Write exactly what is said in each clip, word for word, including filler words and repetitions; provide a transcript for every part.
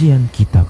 Kajian Kitab.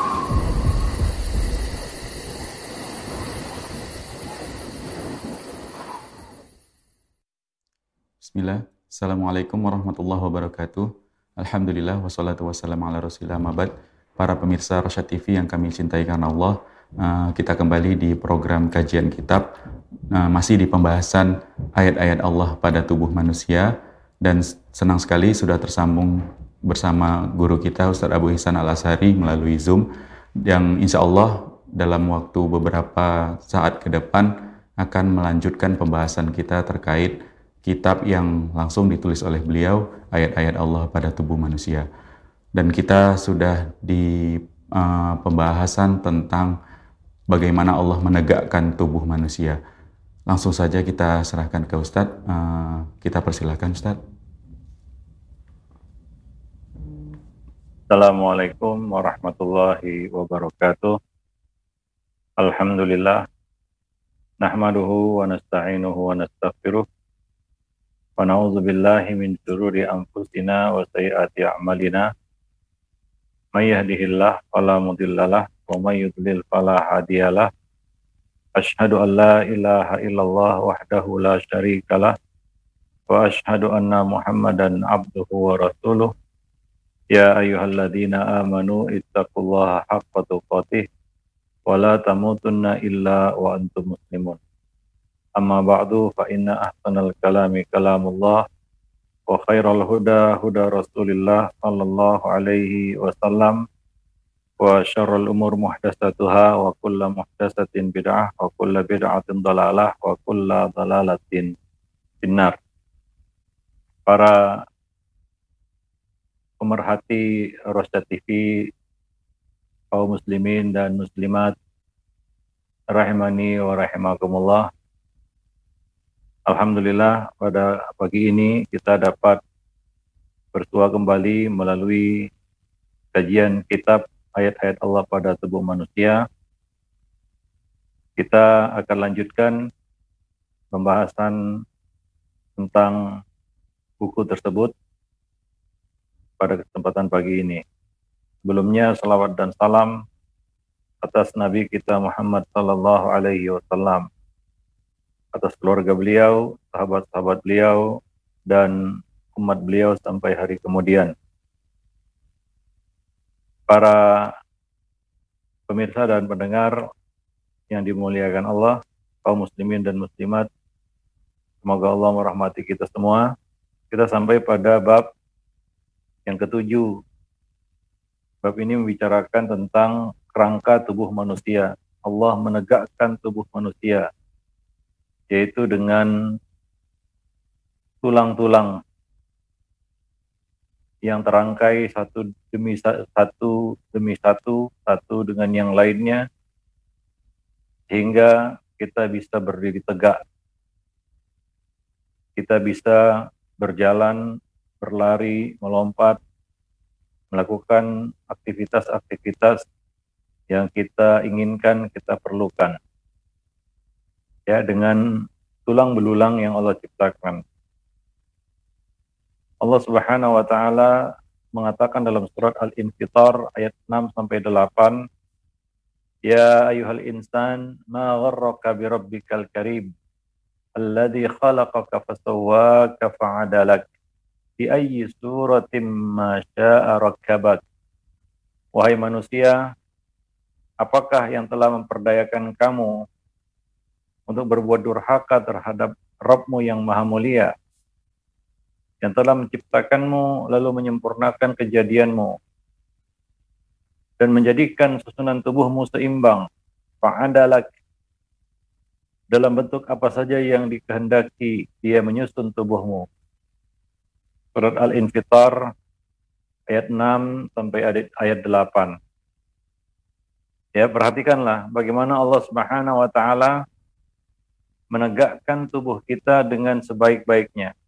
Bismillah. Assalamualaikum warahmatullahi wabarakatuh. Alhamdulillah wassalatu wassalamu ala rasulillah mabad. Para pemirsa Rosyad T V yang kami cintai karena Allah, uh, kita kembali di program Kajian Kitab, uh, masih di pembahasan ayat-ayat Allah pada tubuh manusia, dan senang sekali sudah tersambung bersama guru kita Ustadz Abu Ihsan Al-Azhari melalui Zoom, yang insya Allah dalam waktu beberapa saat ke depan akan melanjutkan pembahasan kita terkait kitab yang langsung ditulis oleh beliau, ayat-ayat Allah pada tubuh manusia. Dan kita sudah di uh, pembahasan tentang bagaimana Allah menegakkan tubuh manusia. Langsung saja kita serahkan ke Ustadz. Uh, kita persilahkan Ustadz. Assalamualaikum warahmatullahi wabarakatuh. Alhamdulillah. Nahmaduhu wa nasta'inuhu wa nastaghfiruh. Wa na'udzu billahi min syururi anfusina wa sayyiati a'malina. May yahdihillahu fala mudhillalah wa may yudlil fala hadiyalah. Asyhadu an la ilaha illallah wahdahu la syarikalah wa asyhadu anna Muhammadan abduhu wa rasuluh. Ya ayyuhalladzina amanu ittaqullaha haqqa tuqatih wa la tamutunna illa wa antum muslimun. Amma ba'du fa inna ahsanal kalami kalamullah wa khairal huda huda Rasulillah sallallahu alaihi wasallam wa syarrul umur muhdatsatuha wa kullu muhdatsatin bid'ah wa kullu bid'atin dhalalah wa kullu dhalalatin finnar. Para pemerhati Rosyad T V, kaum muslimin dan muslimat rahimani wa rahimakumullah. Alhamdulillah, pada pagi ini kita dapat bersua kembali melalui kajian kitab ayat-ayat Allah pada tubuh manusia. Kita akan lanjutkan pembahasan tentang buku tersebut pada kesempatan pagi ini. Sebelumnya salawat dan salam atas Nabi kita Muhammad sallallahu alaihi wasallam, atas keluarga beliau, sahabat-sahabat beliau, dan umat beliau sampai hari kemudian. Para pemirsa dan pendengar yang dimuliakan Allah, kaum muslimin dan muslimat, semoga Allah merahmati kita semua. Kita sampai pada bab yang ketujuh. Bab ini membicarakan tentang kerangka tubuh manusia. Allah menegakkan tubuh manusia, yaitu dengan tulang-tulang yang terangkai satu demi satu demi satu, satu dengan yang lainnya, hingga kita bisa berdiri tegak. Kita bisa berjalan, berlari, melompat, melakukan aktivitas-aktivitas yang kita inginkan, kita perlukan. Ya, dengan tulang belulang yang Allah ciptakan. Allah Subhanahu wa taala mengatakan dalam surat Al-Infitar ayat enam sampai delapan, Ya ayyuhal insan, ma gharraka bi rabbikal karim, alladzi khalaqaka fasawwaka fa'adalak. Bi ayyi suratim ma syaa rakkabak. Wahai manusia, apakah yang telah memperdayakan kamu untuk berbuat durhaka terhadap Rabb-Mu yang Maha Mulia, yang telah menciptakanmu lalu menyempurnakan kejadianmu dan menjadikan susunan tubuhmu seimbang, fa'adalak, dalam bentuk apa saja yang dikehendaki Dia menyusun tubuhmu. Surat Al-Infitar ayat enam sampai ayat delapan. Ya, perhatikanlah bagaimana Allah Subhanahu wa taala menegakkan tubuh kita dengan sebaik-baiknya,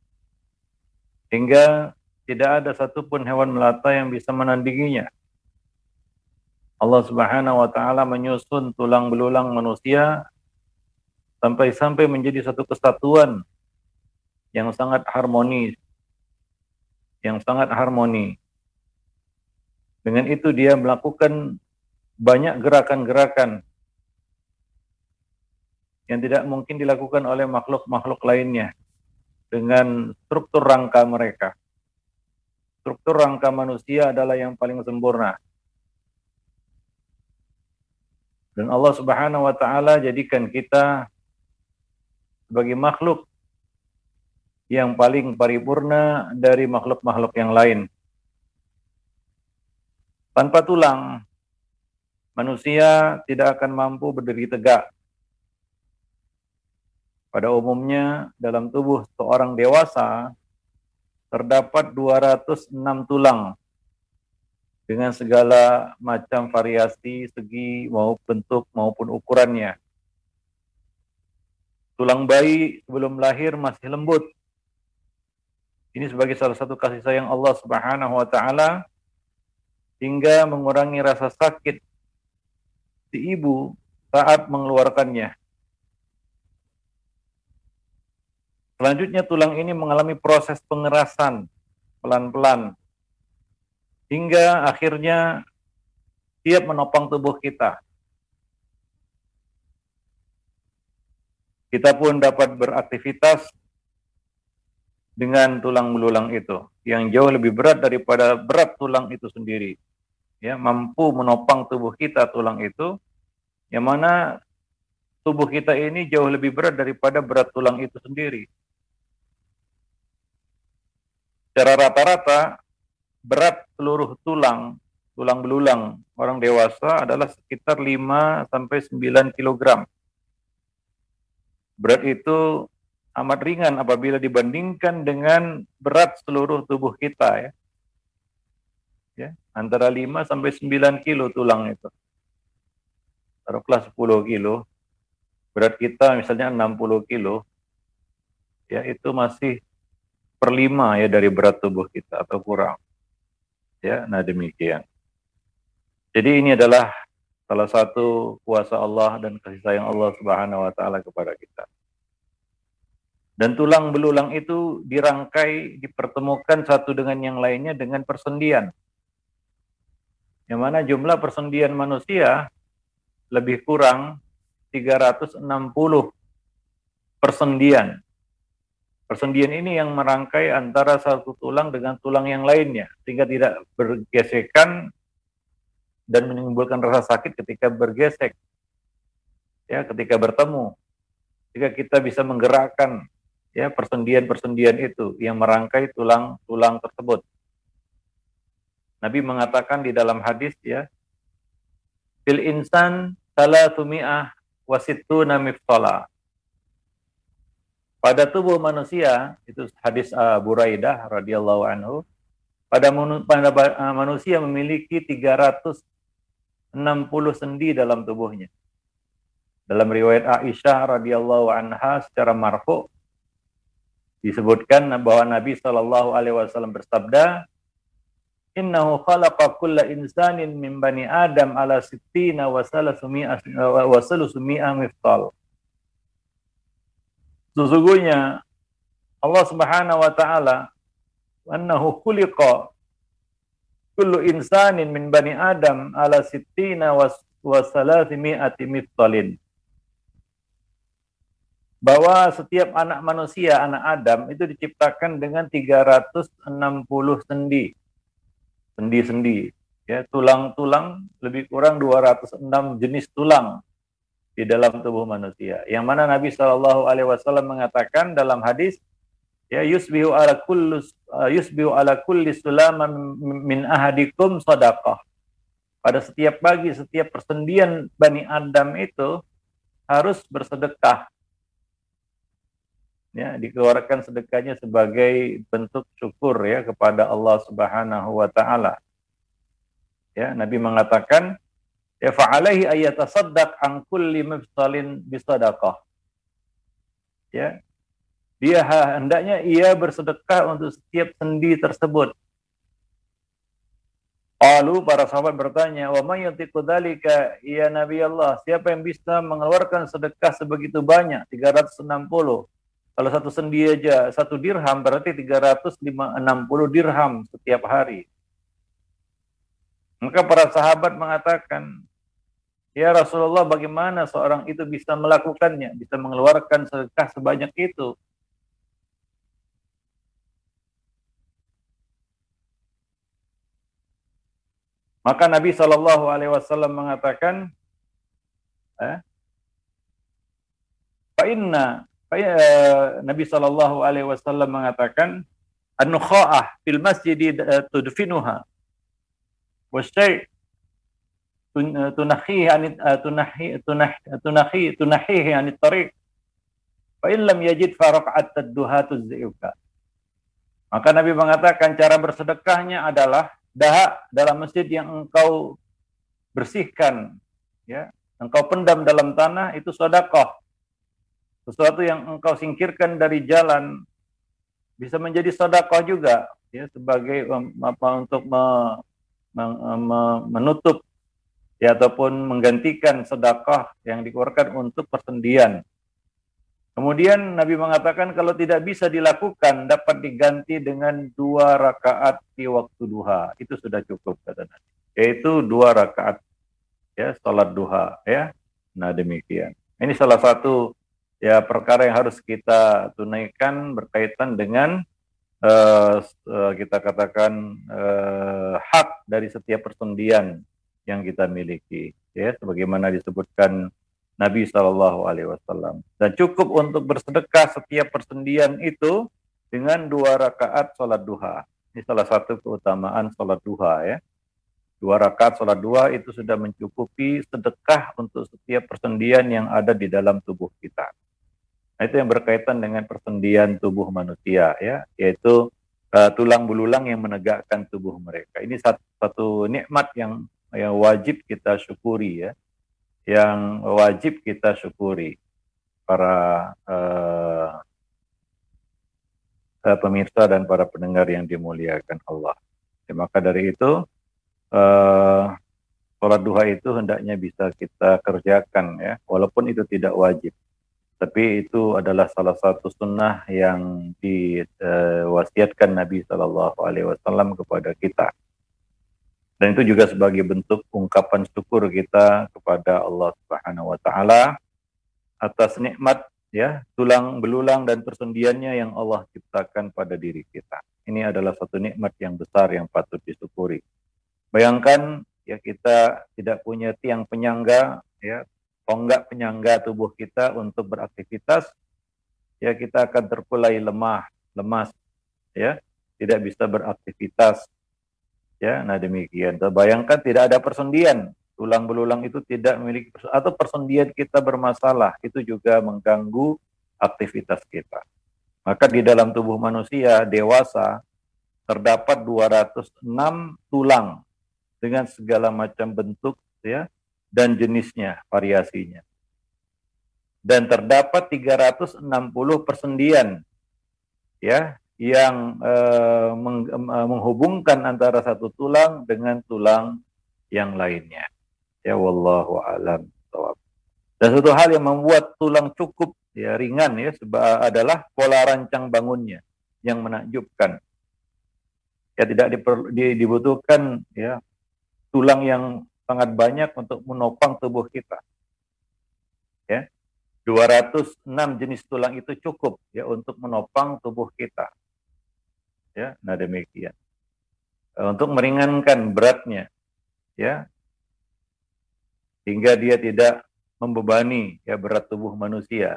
hingga tidak ada satupun hewan melata yang bisa menandinginya. Allah Subhanahu wa taala menyusun tulang belulang manusia sampai-sampai menjadi satu kesatuan yang sangat harmonis, yang sangat harmoni. Dengan itu dia melakukan banyak gerakan-gerakan yang tidak mungkin dilakukan oleh makhluk-makhluk lainnya dengan struktur rangka mereka. Struktur rangka manusia adalah yang paling sempurna. Dan Allah Subhanahu wa taala jadikan kita sebagai makhluk yang paling paripurna dari makhluk-makhluk yang lain. Tanpa tulang, manusia tidak akan mampu berdiri tegak. Pada umumnya, dalam tubuh seorang dewasa, terdapat dua ratus enam tulang dengan segala macam variasi, segi, maupun bentuk, maupun ukurannya. Tulang bayi sebelum lahir masih lembut. Ini sebagai salah satu kasih sayang Allah Subhanahu wa taala hingga mengurangi rasa sakit si ibu saat mengeluarkannya. Selanjutnya tulang ini mengalami proses pengerasan pelan-pelan hingga akhirnya siap menopang tubuh kita. Kita pun dapat beraktivitas dengan tulang belulang itu yang jauh lebih berat daripada berat tulang itu sendiri. Ya, mampu menopang tubuh kita tulang itu, yang mana tubuh kita ini jauh lebih berat daripada berat tulang itu sendiri. Secara rata-rata berat seluruh tulang, tulang belulang orang dewasa adalah sekitar lima sampai sembilan kilogram. Berat itu amat ringan apabila dibandingkan dengan berat seluruh tubuh kita, ya. Ya, antara lima sampai sembilan kilo tulang itu. Taruhlah sepuluh kilo. Berat kita misalnya enam puluh kilo. Ya, itu masih per lima ya dari berat tubuh kita atau kurang. Ya, nah demikian. Jadi ini adalah salah satu kuasa Allah dan kasih sayang Allah Subhanahu wa taala kepada kita. Dan tulang belulang itu dirangkai, dipertemukan satu dengan yang lainnya dengan persendian. Yang mana jumlah persendian manusia lebih kurang tiga ratus enam puluh persendian. Persendian ini yang merangkai antara satu tulang dengan tulang yang lainnya, sehingga tidak bergesekan dan menimbulkan rasa sakit ketika bergesek, ya, ketika bertemu. Jika kita bisa menggerakkan, ya, persendian-persendian itu yang merangkai tulang-tulang tersebut. Nabi mengatakan di dalam hadis, ya, fil insan salatumi'ah wasittuna miftala. Pada tubuh manusia, itu hadis Abu Hurairah radhiyallahu anhu, pada, pada manusia memiliki tiga ratus enam puluh sendi dalam tubuhnya. Dalam riwayat Aisyah radhiyallahu anha secara marfu disebutkan bahwa Nabi shallallahu alaihi wasallam bersabda, innahu khalaqa kulla insanin min bani Adam ala sittina wa salasumia miftal. Sesungguhnya Allah Subhanahu wa taala annahu khuliqa kullu insanin min bani Adam ala sittina wa salasimi'ati miftalin. Bahwa setiap anak manusia, anak Adam itu diciptakan dengan tiga ratus enam puluh sendi. Sendi-sendi, ya, tulang-tulang lebih kurang dua ratus enam jenis tulang di dalam tubuh manusia. Yang mana Nabi shallallahu alaihi wasallam mengatakan dalam hadis, ya, yusbihu ala kulli yusbihu ala kulli sulaman min ahadikum sadaqah. Pada setiap pagi, setiap persendian Bani Adam itu harus bersedekah. Ya, dikeluarkan sedekahnya sebagai bentuk syukur, ya, kepada Allah Subhanahu wa taala. Ya, Nabi mengatakan, ya, fa'alaihi ayatasaddaq an kulli mifsalin bisadaqah. Ya. Dia hendaknya ia bersedekah untuk setiap sendi tersebut. Lalu para sahabat bertanya, wa may yutiqu dzalika ya Nabi Allah? Siapa yang bisa mengeluarkan sedekah sebegitu banyak, tiga ratus enam puluh? Kalau satu sendi aja satu dirham berarti tiga ratus enam puluh dirham setiap hari. Maka para sahabat mengatakan, ya Rasulullah, bagaimana seorang itu bisa melakukannya, bisa mengeluarkan sedekah sebanyak itu? Maka Nabi Shallallahu Alaihi Wasallam mengatakan, eh, Fa inna, Nabi Shallallahu Alaihi Wasallam mengatakan, an-nukha'ah fil masjid tudfinuha, wasyai' tunahihi anit tunahi tunahi tunahi tunahihi anit tariq, fa in lam yajid fa raka'at ad-duha tuzzi'uka. Maka Nabi mengatakan cara bersedekahnya adalah dahak dalam masjid yang engkau bersihkan, ya, engkau pendam dalam tanah, itu sedekah. Sesuatu yang engkau singkirkan dari jalan bisa menjadi sedekah juga, ya, sebagai um, apa untuk me, me, me, menutup, ya, ataupun menggantikan sedekah yang dikeluarkan untuk persendian. Kemudian Nabi mengatakan kalau tidak bisa dilakukan dapat diganti dengan dua rakaat di waktu duha. Itu sudah cukup, kata Nabi. Yaitu dua rakaat, ya, salat duha, ya. Nah, demikian. Ini salah satu, ya, perkara yang harus kita tunaikan berkaitan dengan uh, uh, kita katakan uh, hak dari setiap persendian yang kita miliki, ya, sebagaimana disebutkan Nabi Shallallahu Alaihi Wasallam. Dan cukup untuk bersedekah setiap persendian itu dengan dua rakaat sholat duha. Ini salah satu keutamaan sholat duha, ya. Dua rakaat sholat duha itu sudah mencukupi sedekah untuk setiap persendian yang ada di dalam tubuh kita. Nah, itu yang berkaitan dengan persendian tubuh manusia, ya, yaitu uh, tulang belulang yang menegakkan tubuh mereka. Ini satu, satu nikmat yang yang wajib kita syukuri, ya. Yang wajib kita syukuri, para uh, uh, pemirsa dan para pendengar yang dimuliakan Allah. Ya, maka dari itu uh, sholat duha itu hendaknya bisa kita kerjakan, ya, walaupun itu tidak wajib, tapi itu adalah salah satu sunnah yang diwasiatkan uh, Nabi Shallallahu Alaihi Wasallam kepada kita. Dan itu juga sebagai bentuk ungkapan syukur kita kepada Allah Subhanahu wa taala atas nikmat, ya, tulang belulang dan persendiannya yang Allah ciptakan pada diri kita. Ini adalah satu nikmat yang besar yang patut disyukuri. Bayangkan, ya, kita tidak punya tiang penyangga, ya, tonggak penyangga tubuh kita untuk beraktivitas, ya, kita akan terkulai lemah, lemas, ya, tidak bisa beraktivitas. Ya, nah demikian. Bayangkan tidak ada persendian, tulang belulang itu tidak memiliki, atau persendian kita bermasalah, itu juga mengganggu aktivitas kita. Maka di dalam tubuh manusia dewasa terdapat dua ratus enam tulang dengan segala macam bentuk, ya, dan jenisnya, variasinya. Dan terdapat tiga ratus enam puluh persendian, ya, yang uh, meng, uh, menghubungkan antara satu tulang dengan tulang yang lainnya. Ya, wallahu a'lam bishawab. Dan satu hal yang membuat tulang cukup, ya, ringan, ya, sebab adalah pola rancang bangunnya yang menakjubkan. Ya, tidak diperlu, di, dibutuhkan, ya, tulang yang sangat banyak untuk menopang tubuh kita. Ya, dua ratus enam jenis tulang itu cukup, ya, untuk menopang tubuh kita. Ya, nah demikian. Untuk meringankan beratnya, ya, hingga dia tidak membebani, ya, berat tubuh manusia.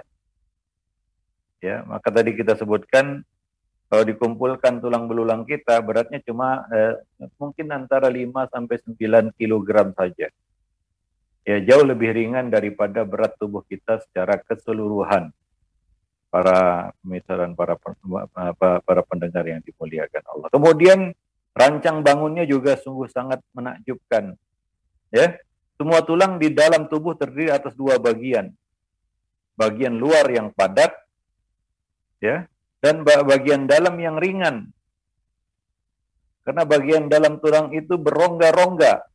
Ya, maka tadi kita sebutkan kalau dikumpulkan tulang belulang kita beratnya cuma eh, mungkin antara lima sampai sembilan kilogram saja. Ya, jauh lebih ringan daripada berat tubuh kita secara keseluruhan. Para pemirsa dan para para pendengar yang dimuliakan Allah. Kemudian rancang bangunnya juga sungguh sangat menakjubkan. Ya, semua tulang di dalam tubuh terdiri atas dua bagian. Bagian luar yang padat, ya, dan bagian dalam yang ringan. Karena bagian dalam tulang itu berongga-rongga.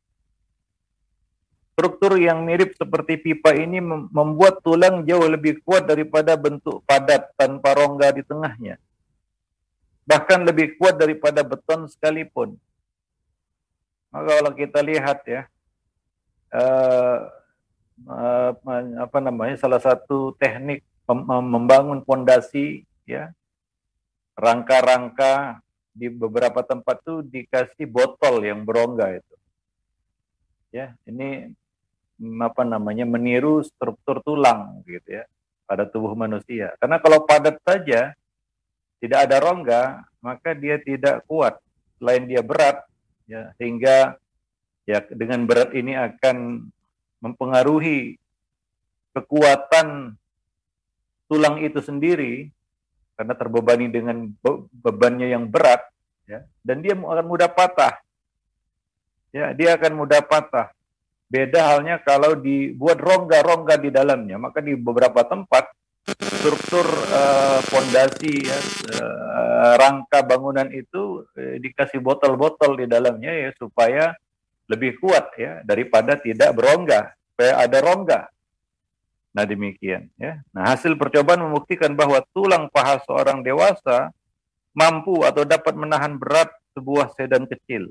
Struktur yang mirip seperti pipa ini membuat tulang jauh lebih kuat daripada bentuk padat tanpa rongga di tengahnya. Bahkan lebih kuat daripada beton sekalipun. Maka kalau kita lihat ya, eh, eh, apa namanya, salah satu teknik membangun fondasi, ya, rangka-rangka di beberapa tempat tuh dikasih botol yang berongga itu. Ya, ini apa namanya, meniru struktur tulang gitu ya pada tubuh manusia. Karena kalau padat saja tidak ada rongga, maka dia tidak kuat. Selain dia berat, ya, sehingga ya dengan berat ini akan mempengaruhi kekuatan tulang itu sendiri karena terbebani dengan be bebannya yang berat, ya, dan dia akan mudah patah. Ya, dia akan mudah patah. Beda halnya kalau dibuat rongga-rongga di dalamnya, maka di beberapa tempat struktur fondasi, uh, ya, uh, rangka bangunan itu uh, dikasih botol-botol di dalamnya ya supaya lebih kuat ya daripada tidak berongga, supaya ada rongga. Nah demikian ya. Nah hasil percobaan membuktikan bahwa tulang paha seorang dewasa mampu atau dapat menahan berat sebuah sedan kecil.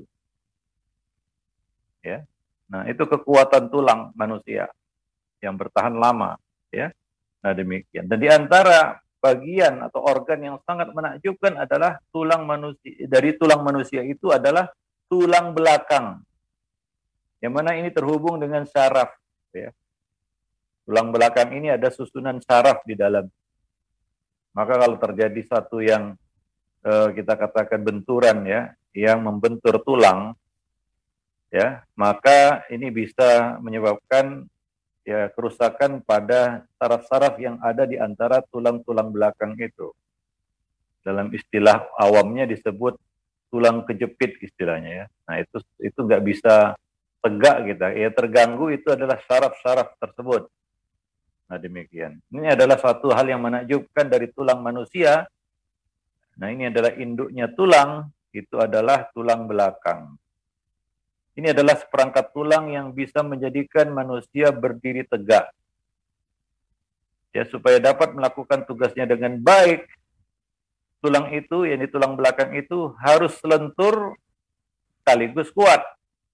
Ya. Nah itu kekuatan tulang manusia yang bertahan lama ya. Nah demikian. Dan di antara bagian atau organ yang sangat menakjubkan adalah tulang manusia. Dari tulang manusia itu adalah tulang belakang, yang mana ini terhubung dengan saraf. Ya. Tulang belakang ini ada susunan saraf di dalam. Maka kalau terjadi satu yang eh, kita katakan benturan ya, yang membentur tulang, ya, maka ini bisa menyebabkan ya kerusakan pada saraf-saraf yang ada di antara tulang-tulang belakang itu. Dalam istilah awamnya disebut tulang kejepit istilahnya ya. Nah itu itu nggak bisa tegak kita. Ya terganggu itu adalah saraf-saraf tersebut. Nah demikian. Ini adalah suatu hal yang menakjubkan dari tulang manusia. Nah ini adalah induknya tulang, itu adalah tulang belakang. Ini adalah seperangkat tulang yang bisa menjadikan manusia berdiri tegak. Ya, supaya dapat melakukan tugasnya dengan baik, tulang itu, yakni tulang belakang itu harus lentur sekaligus kuat.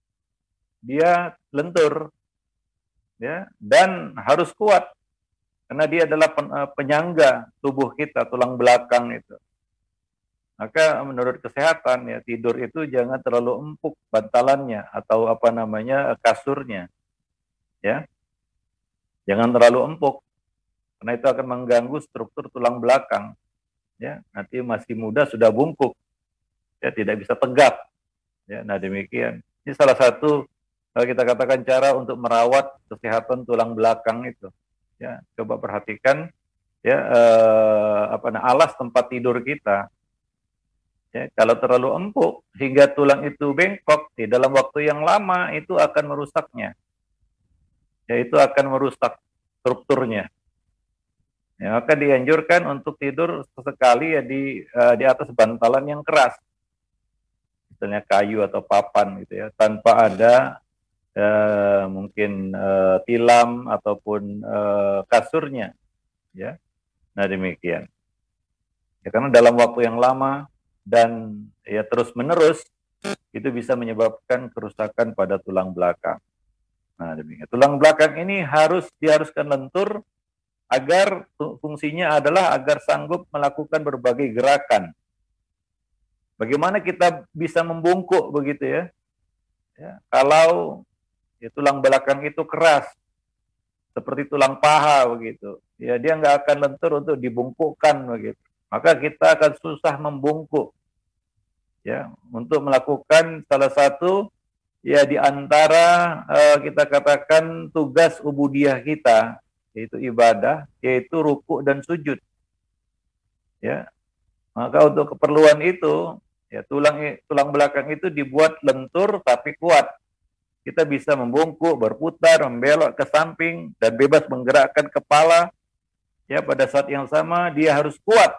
Dia lentur ya, dan harus kuat. Karena dia adalah penyangga tubuh kita, tulang belakang itu. Maka menurut kesehatan ya, tidur itu jangan terlalu empuk bantalannya atau apa namanya kasurnya. Ya. Jangan terlalu empuk. Karena itu akan mengganggu struktur tulang belakang. Ya, nanti masih muda sudah bungkuk. Ya, tidak bisa tegak. Ya, nah demikian. Ini salah satu kalau kita katakan cara untuk merawat kesehatan tulang belakang itu. Ya, coba perhatikan ya eh, apa nah, alas tempat tidur kita. Ya, kalau terlalu empuk hingga tulang itu bengkok, di dalam waktu yang lama itu akan merusaknya. Ya, itu akan merusak strukturnya. Ya, maka dianjurkan untuk tidur sesekali ya di uh, di atas bantalan yang keras. Misalnya kayu atau papan gitu ya, tanpa ada uh, mungkin uh, tilam ataupun uh, kasurnya. Ya. Nah, demikian. Ya, karena dalam waktu yang lama dan ya terus-menerus itu bisa menyebabkan kerusakan pada tulang belakang. Nah, demikian. Tulang belakang ini harus diharuskan lentur agar fungsinya adalah agar sanggup melakukan berbagai gerakan. Bagaimana kita bisa membungkuk begitu ya? Ya, kalau ya, tulang belakang itu keras, seperti tulang paha begitu, ya dia nggak akan lentur untuk dibungkukkan begitu. Maka kita akan susah membungkuk. Ya, untuk melakukan salah satu ya di antara uh, kita katakan tugas ubudiyah kita, yaitu ibadah, yaitu ruku dan sujud. Ya, maka untuk keperluan itu, ya tulang tulang belakang itu dibuat lentur tapi kuat. Kita bisa membungkuk, berputar, membelok ke samping dan bebas menggerakkan kepala. Ya, pada saat yang sama dia harus kuat.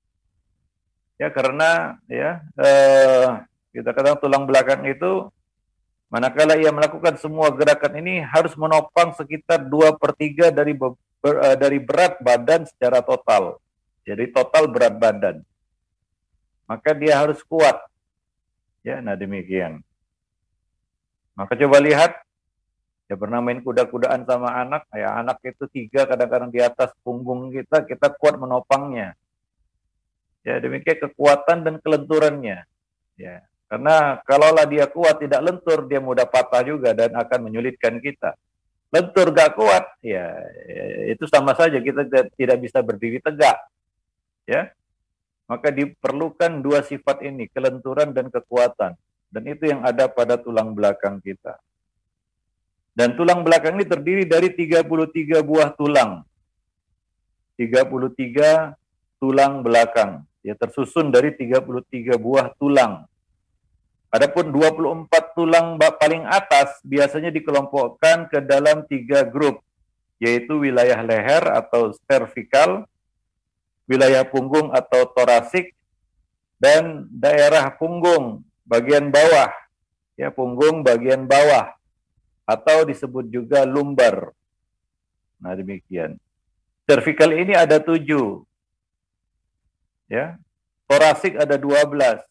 Ya, karena ya eh, kita katakan tulang belakang itu manakala ia melakukan semua gerakan ini harus menopang sekitar dua per tiga dari ber, uh, dari berat badan secara total. Jadi total berat badan. Maka dia harus kuat. Ya, nah demikian. Maka coba lihat, ya pernah main kuda-kudaan sama anak, ya anak itu tiga kadang-kadang di atas punggung kita, kita kuat menopangnya. Ya demikian kekuatan dan kelenturannya. Ya, karena kalaulah dia kuat tidak lentur, dia mudah patah juga dan akan menyulitkan kita. Lentur gak kuat, ya itu sama saja kita tidak bisa berdiri tegak. Ya, maka diperlukan dua sifat ini, kelenturan dan kekuatan. Dan itu yang ada pada tulang belakang kita. Dan tulang belakang ini terdiri dari tiga puluh tiga buah tulang. tiga puluh tiga tulang belakang. Ya, tersusun dari tiga puluh tiga buah tulang. Adapun dua puluh empat tulang paling atas biasanya dikelompokkan ke dalam tiga grup, yaitu wilayah leher atau cervical, wilayah punggung atau thoracic, dan daerah punggung bagian bawah, ya punggung bagian bawah, atau disebut juga lumbar. Nah demikian. Cervical ini ada tujuh, ya. Thoracic ada dua belas,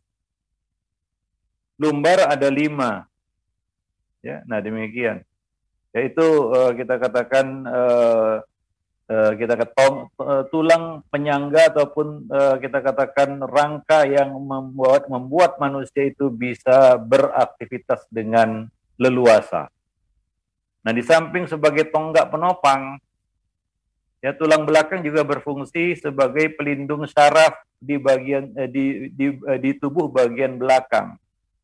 lumbar ada lima, ya. Nah demikian. Yaitu uh, kita katakan uh, uh, kita ketong uh, tulang penyangga ataupun uh, kita katakan rangka yang membuat membuat manusia itu bisa beraktivitas dengan leluasa. Nah, di samping sebagai tonggak penopang, ya tulang belakang juga berfungsi sebagai pelindung syaraf di bagian eh, di, di eh, di tubuh bagian belakang.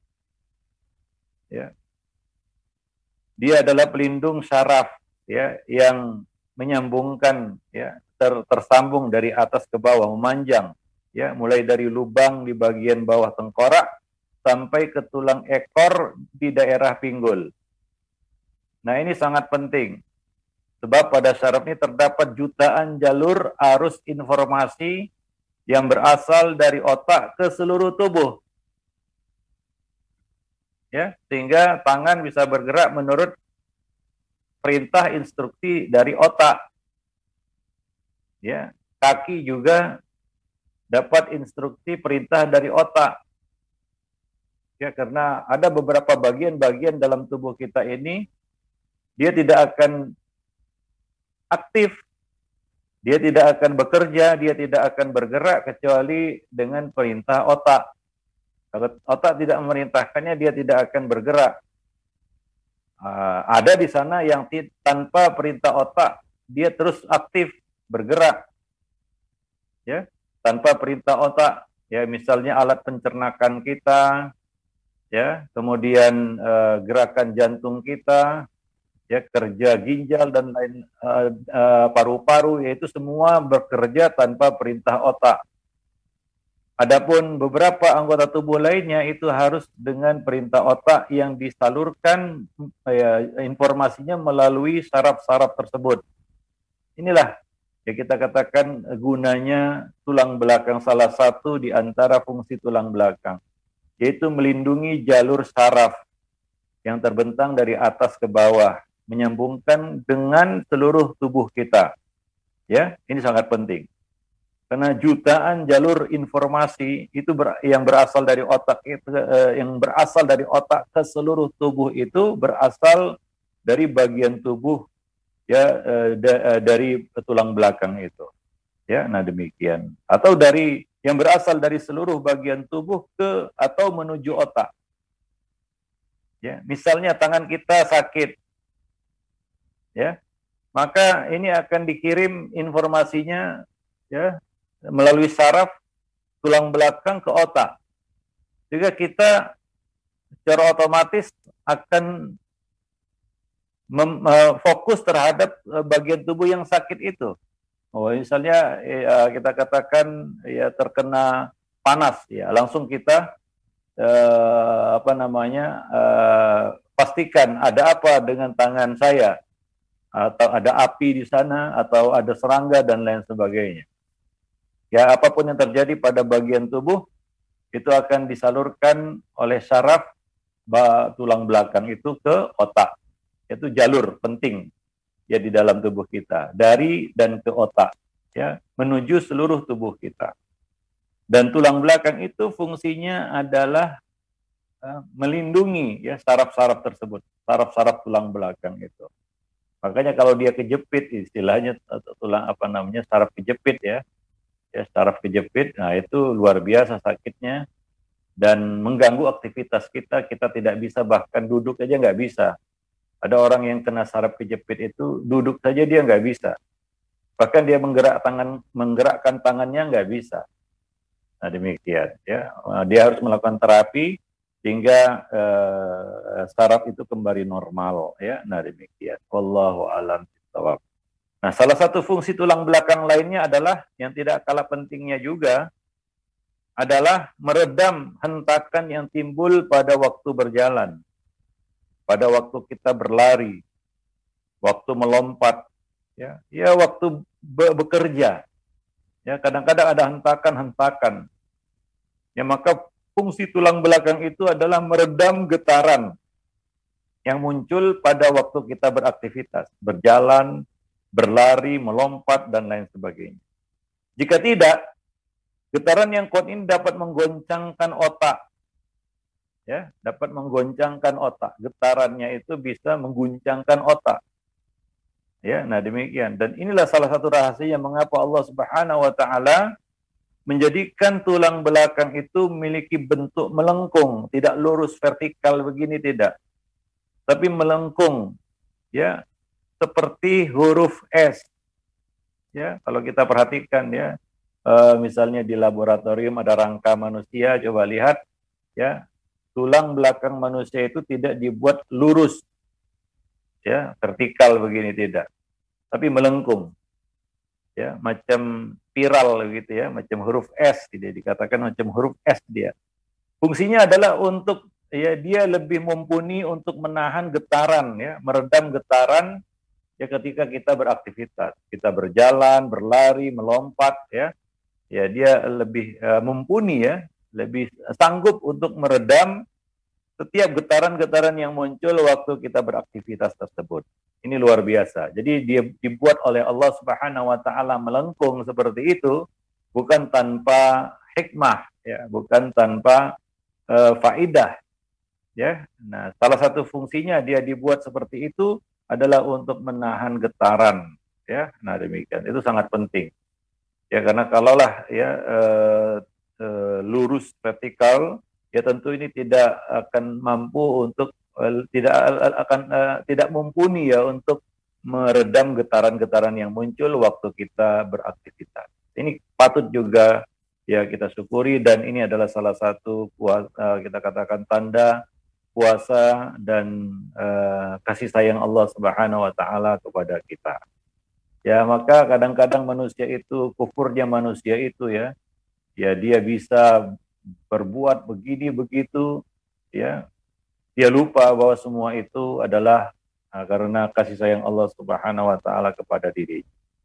Ya. Dia adalah pelindung syaraf, ya, yang menyambungkan, ya, ter, tersambung dari atas ke bawah, memanjang, ya, mulai dari lubang di bagian bawah tengkorak sampai ke tulang ekor di daerah pinggul. Nah, ini sangat penting. Sebab pada syaraf ini terdapat jutaan jalur arus informasi yang berasal dari otak ke seluruh tubuh. Ya, sehingga tangan bisa bergerak menurut perintah instruksi dari otak. Ya, kaki juga dapat instruksi perintah dari otak. Ya, karena ada beberapa bagian-bagian dalam tubuh kita ini dia tidak akan aktif, dia tidak akan bekerja, dia tidak akan bergerak kecuali dengan perintah otak. Kalau otak tidak memerintahkannya, dia tidak akan bergerak. Uh, ada di sana yang tanpa perintah otak, dia terus aktif bergerak. Ya, tanpa perintah otak, ya misalnya alat pencernakan kita, ya, kemudian uh, gerakan jantung kita, ya kerja ginjal dan lain uh, uh, paru-paru, yaitu semua bekerja tanpa perintah otak. Adapun beberapa anggota tubuh lainnya itu harus dengan perintah otak yang disalurkan, ya, informasinya melalui saraf-saraf tersebut. Inilah ya kita katakan gunanya tulang belakang, salah satu di antara fungsi tulang belakang, yaitu melindungi jalur saraf yang terbentang dari atas ke bawah, menyambungkan dengan seluruh tubuh kita. Ya, ini sangat penting. Karena jutaan jalur informasi itu ber, yang berasal dari otak itu eh, yang berasal dari otak ke seluruh tubuh itu berasal dari bagian tubuh, ya, eh, da, eh, dari tulang belakang itu. Ya, nah demikian. Atau dari yang berasal dari seluruh bagian tubuh ke atau menuju otak. Ya, misalnya tangan kita sakit, ya, maka ini akan dikirim informasinya, ya, melalui saraf tulang belakang ke otak. Juga kita secara otomatis akan mem, uh, fokus terhadap uh, bagian tubuh yang sakit itu. Oh, misalnya ya, kita katakan ya terkena panas, ya langsung kita uh, apa namanya uh, pastikan ada apa dengan tangan saya, atau ada api di sana, atau ada serangga dan lain sebagainya. Ya, apapun yang terjadi pada bagian tubuh itu akan disalurkan oleh saraf tulang belakang itu ke otak. Itu jalur penting ya di dalam tubuh kita, dari dan ke otak, ya, menuju seluruh tubuh kita. Dan tulang belakang itu fungsinya adalah uh, melindungi ya saraf-saraf tersebut, saraf-saraf tulang belakang itu. Makanya kalau dia kejepit, istilahnya tulang apa namanya saraf kejepit ya, ya saraf kejepit, nah itu luar biasa sakitnya dan mengganggu aktivitas kita. Kita tidak bisa bahkan duduk aja nggak bisa. Ada orang yang kena saraf kejepit itu duduk saja dia nggak bisa. Bahkan dia menggerak tangan, menggerakkan tangannya nggak bisa. Nah demikian ya, dia harus melakukan terapi hingga uh, saraf itu kembali normal ya. Nah demikian. Wallahu a'lam bishawab. Nah, salah satu fungsi tulang belakang lainnya adalah yang tidak kalah pentingnya juga adalah meredam hentakan yang timbul pada waktu berjalan, pada waktu kita berlari, waktu melompat, ya, ya waktu be bekerja. Ya, kadang-kadang ada hentakan-hentakan. Ya, maka fungsi tulang belakang itu adalah meredam getaran yang muncul pada waktu kita beraktivitas, berjalan, berlari, melompat, dan lain sebagainya. Jika tidak, getaran yang kuat ini dapat menggoncangkan otak. Ya, dapat menggoncangkan otak. Getarannya itu bisa mengguncangkan otak. Ya, nah demikian. Dan inilah salah satu rahasia mengapa Allah Subhanahu wa taala menjadikan tulang belakang itu memiliki bentuk melengkung, tidak lurus vertikal begini tidak. Tapi melengkung. Ya, seperti huruf S. Ya, kalau kita perhatikan ya, uh, misalnya di laboratorium ada rangka manusia, coba lihat ya, tulang belakang manusia itu tidak dibuat lurus. Ya, vertikal begini tidak. Tapi melengkung. Ya, macam spiral gitu ya, macam huruf S, tidak dikatakan macam huruf S dia. Fungsinya adalah untuk ya dia lebih mumpuni untuk menahan getaran ya, meredam getaran ya ketika kita beraktivitas, kita berjalan, berlari, melompat ya. Ya dia lebih uh, mumpuni ya, lebih sanggup untuk meredam setiap getaran-getaran yang muncul waktu kita beraktivitas tersebut. Ini luar biasa. Jadi dia dibuat oleh Allah Subhanahu wa taala melengkung seperti itu bukan tanpa hikmah ya, bukan tanpa uh, faidah ya. Nah, salah satu fungsinya dia dibuat seperti itu adalah untuk menahan getaran ya. Nah, demikian. Itu sangat penting. Ya karena kalaulah ya uh, uh, lurus vertikal ya tentu ini tidak akan mampu untuk uh, tidak uh, akan uh, tidak mumpuni ya untuk meredam getaran-getaran yang muncul waktu kita beraktivitas. Ini patut juga ya kita syukuri dan ini adalah salah satu puasa, uh, kita katakan tanda puasa dan uh, kasih sayang Allah Subhanahu wa taala kepada kita. Ya maka kadang-kadang manusia itu, kufurnya manusia itu ya, ya dia bisa berbuat begini begitu ya, dia lupa bahwa semua itu adalah nah, karena kasih sayang Allah Subhanahu wa taala kepada diri.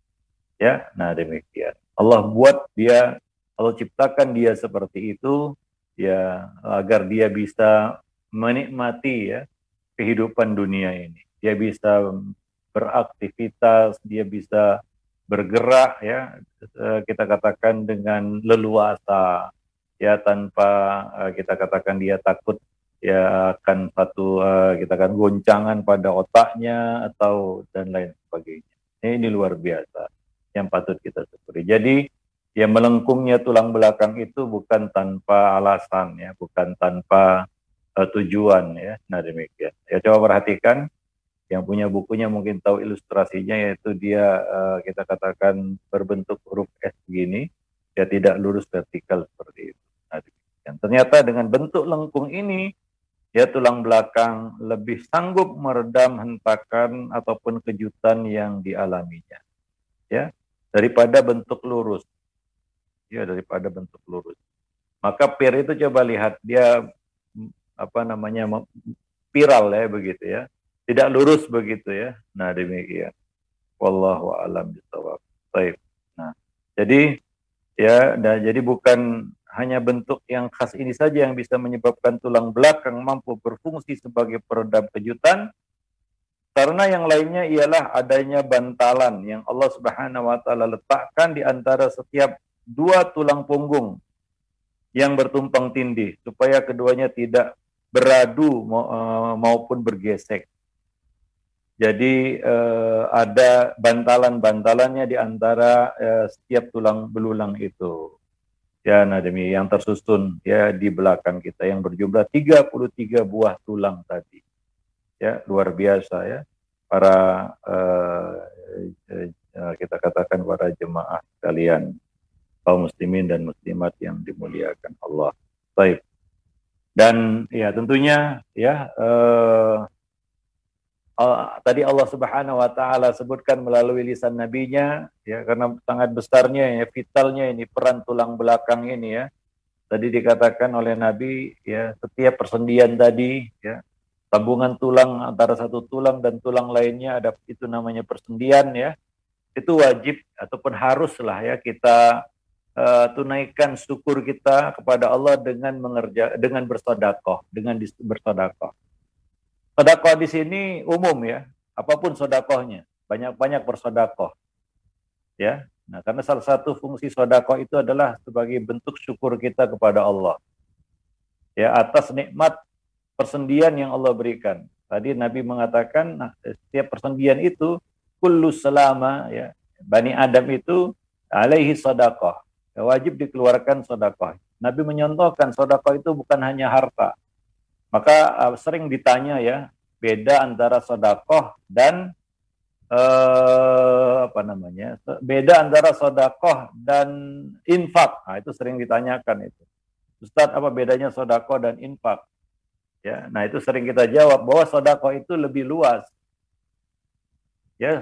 Ya, nah demikian. Allah buat dia, Allah ciptakan dia seperti itu ya agar dia bisa menikmati ya kehidupan dunia ini. Dia bisa beraktivitas, dia bisa bergerak ya, kita katakan dengan leluasa ya tanpa uh, kita katakan dia takut ya akan satu uh, kita katakan goncangan pada otaknya atau dan lain sebagainya. Ini luar biasa yang patut kita syukuri. Jadi ya melengkungnya tulang belakang itu bukan tanpa alasan ya, bukan tanpa uh, tujuan ya. Nah demikian. Ya coba perhatikan yang punya bukunya mungkin tahu ilustrasinya, yaitu dia uh, kita katakan berbentuk huruf S begini, ya tidak lurus vertikal seperti itu. Nah, dan ternyata dengan bentuk lengkung ini, ya tulang belakang lebih sanggup meredam hentakan ataupun kejutan yang dialaminya, ya daripada bentuk lurus, ya daripada bentuk lurus. Maka pir itu coba lihat dia apa namanya spiral ya begitu ya. Tidak lurus begitu ya. Nah demikian. Wallahu a'lam bishawab. Baik. Nah, jadi ya, dan jadi bukan hanya bentuk yang khas ini saja yang bisa menyebabkan tulang belakang mampu berfungsi sebagai peredam kejutan, karena yang lainnya ialah adanya bantalan yang Allah Subhanahu wa taala letakkan di antara setiap dua tulang punggung yang bertumpang tindih supaya keduanya tidak beradu maupun bergesek. Jadi eh, ada bantalan-bantalannya di antara eh, setiap tulang belulang itu. Ya, nah demi yang tersusun ya di belakang kita yang berjumlah tiga puluh tiga buah tulang tadi. Ya, luar biasa ya. Para eh, eh, kita katakan para jemaah sekalian, kaum muslimin dan muslimat yang dimuliakan Allah. Baik. Dan ya tentunya ya eh, Uh, tadi Allah Subhanahu wa taala sebutkan melalui lisan nabinya ya, karena sangat besarnya ya, vitalnya ini peran tulang belakang ini ya. Tadi dikatakan oleh Nabi ya, setiap persendian tadi ya, sambungan tulang antara satu tulang dan tulang lainnya ada, itu namanya persendian ya. Itu wajib ataupun haruslah ya kita uh, tunaikan syukur kita kepada Allah dengan mengerja dengan bersedekah, dengan bersedekah. Sedekah di sini umum ya, apapun sedekahnya, banyak-banyak bersedekah. Ya. Nah, karena salah satu fungsi sedekah itu adalah sebagai bentuk syukur kita kepada Allah. Ya, atas nikmat persendian yang Allah berikan. Tadi Nabi mengatakan nah, setiap persendian itu kullu selama ya, Bani Adam itu alaihi sedekah. Ya, wajib dikeluarkan sedekah. Nabi menyontohkan sedekah itu bukan hanya harta. Maka uh, sering ditanya ya, beda antara sedekah dan uh, apa namanya? Beda antara sedekah dan infak. Nah, itu sering ditanyakan itu. Ustadz, apa bedanya sedekah dan infak? Ya, nah itu sering kita jawab bahwa sedekah itu lebih luas. Ya,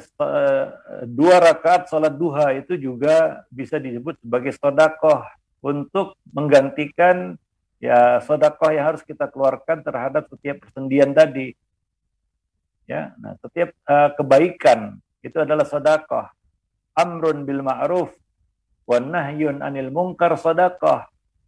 dua rakaat salat duha itu juga bisa disebut sebagai sedekah untuk menggantikan ya sedekah yang harus kita keluarkan terhadap setiap persendian tadi. Ya, nah setiap uh, kebaikan itu adalah sedekah. Amrun bil ma'ruf wa nahyun anil munkar sedekah.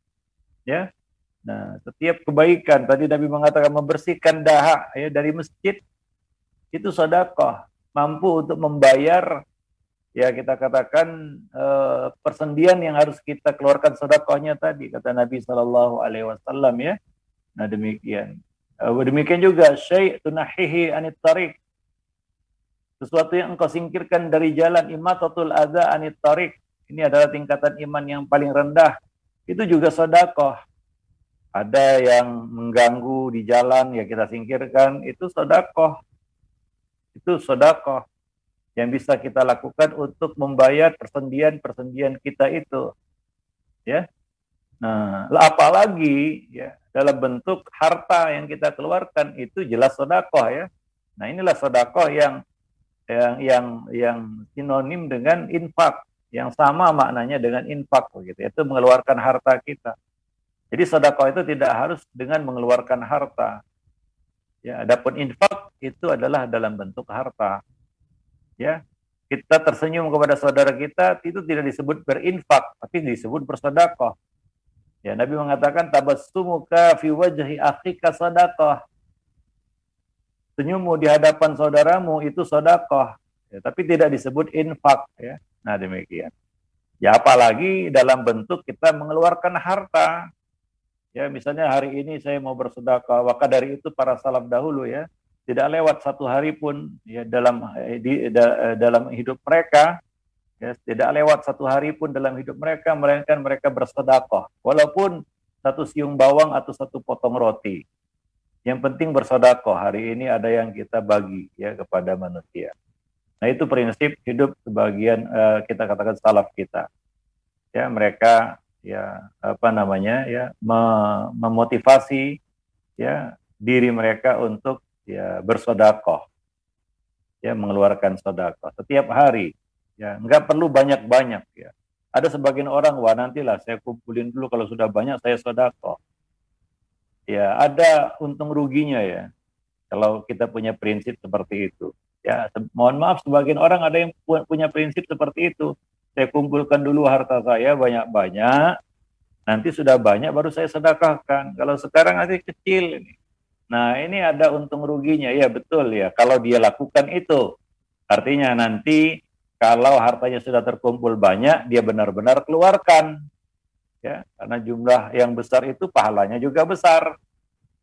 Ya. Nah, setiap kebaikan tadi Nabi mengatakan membersihkan dahak ya dari masjid itu sedekah, mampu untuk membayar ya kita katakan uh, persendian yang harus kita keluarkan sedekahnya tadi, kata Nabi Shallallahu Alaihi Wasallam ya. Nah demikian. Uh, demikian juga syai' tunahihi anit tariq. Sesuatu yang engkau singkirkan dari jalan, imatatul adza anit tariq. Ini adalah tingkatan iman yang paling rendah. Itu juga sedekah. Ada yang mengganggu di jalan ya kita singkirkan, itu sedekah. Itu sedekah yang bisa kita lakukan untuk membayar persendian-persendian kita itu. Ya. Nah, apalagi ya dalam bentuk harta yang kita keluarkan itu jelas sedekah ya. Nah, inilah sedekah yang yang yang yang sinonim dengan infak, yang sama maknanya dengan infak begitu. Itu mengeluarkan harta kita. Jadi sedekah itu tidak harus dengan mengeluarkan harta. Ya, adapun infak itu adalah dalam bentuk harta. Ya, kita tersenyum kepada saudara kita itu tidak disebut berinfak, tapi disebut bersedekah. Ya, Nabi mengatakan tabassumuka fi wajhi akhika sadaqah. Senyummu di hadapan saudaramu itu sedekah, ya, tapi tidak disebut infak ya. Nah, demikian. Ya, apalagi dalam bentuk kita mengeluarkan harta. Ya, misalnya hari ini saya mau bersedekah, maka dari itu para salaf dahulu ya, tidak lewat satu hari pun ya dalam di, da, dalam hidup mereka, ya, tidak lewat satu hari pun dalam hidup mereka melainkan mereka bersedekah, walaupun satu siung bawang atau satu potong roti. Yang penting bersedekah. Hari ini ada yang kita bagi ya kepada manusia. Nah, itu prinsip hidup sebagian uh, kita katakan salaf kita. Ya, mereka ya apa namanya ya memotivasi ya diri mereka untuk ya bersedekah, ya mengeluarkan sedekah setiap hari, ya nggak perlu banyak-banyak ya. Ada sebagian orang, wah nantilah saya kumpulin dulu kalau sudah banyak saya sedekah. Ya ada untung ruginya ya kalau kita punya prinsip seperti itu. Ya mohon maaf sebagian orang ada yang punya prinsip seperti itu. Saya kumpulkan dulu harta saya banyak-banyak, nanti sudah banyak baru saya sedekahkan. Kalau sekarang masih kecil ini. Nah, ini ada untung ruginya. Ya, betul ya. Kalau dia lakukan itu, artinya nanti kalau hartanya sudah terkumpul banyak, dia benar-benar keluarkan. Ya, karena jumlah yang besar itu pahalanya juga besar.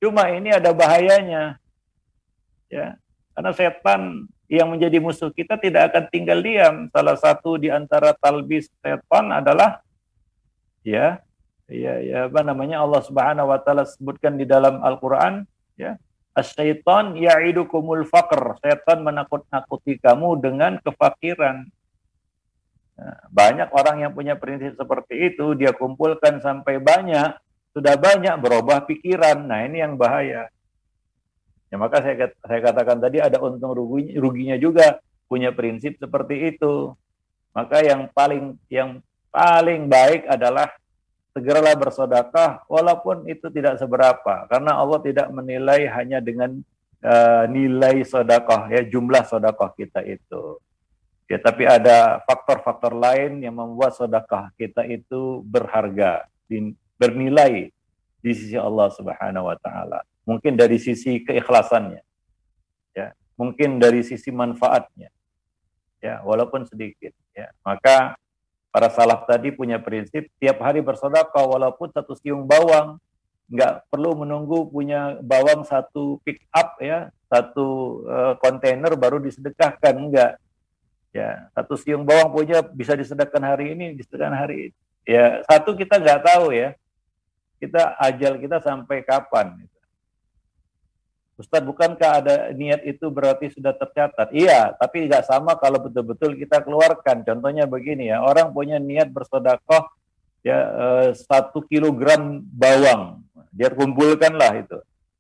Cuma ini ada bahayanya, ya, karena setan yang menjadi musuh kita tidak akan tinggal diam. Salah satu di antara talbis setan adalah, ya, ya, ya, apa namanya, Allah Subhanahu Wa Taala sebutkan di dalam Al-Quran, ya, As-syaitan ya'idukumul faqr. Setan menakut-nakuti kamu dengan kefakiran. Nah, banyak orang yang punya prinsip seperti itu, dia kumpulkan sampai banyak, sudah banyak berubah pikiran. Nah, ini yang bahaya. Ya, maka saya, saya katakan tadi ada untung ruginya, ruginya juga punya prinsip seperti itu. Maka yang paling yang paling baik adalah segeralah bersedekah walaupun itu tidak seberapa, karena Allah tidak menilai hanya dengan uh, nilai sedekah, ya, jumlah sedekah kita itu. Ya, tapi ada faktor-faktor lain yang membuat sedekah kita itu berharga, bernilai di sisi Allah Subhanahu Wa Taala. Mungkin dari sisi keikhlasannya, ya, mungkin dari sisi manfaatnya, ya, walaupun sedikit, ya. Maka para salaf tadi punya prinsip tiap hari bersedekah walaupun satu siung bawang, nggak perlu menunggu punya bawang satu pick up, ya, satu uh, kontainer baru disedekahkan, enggak. Ya, satu siung bawang punya bisa disedekahkan hari ini, disedekahkan hari ini. Ya, satu kita nggak tahu, ya, kita ajal kita sampai kapan. Ustadz, bukankah ada niat itu berarti sudah tercatat? Iya, tapi nggak sama kalau betul-betul kita keluarkan. Contohnya begini, ya, orang punya niat bersedekah, ya, eh, satu kilogram bawang, dia kumpulkanlah itu.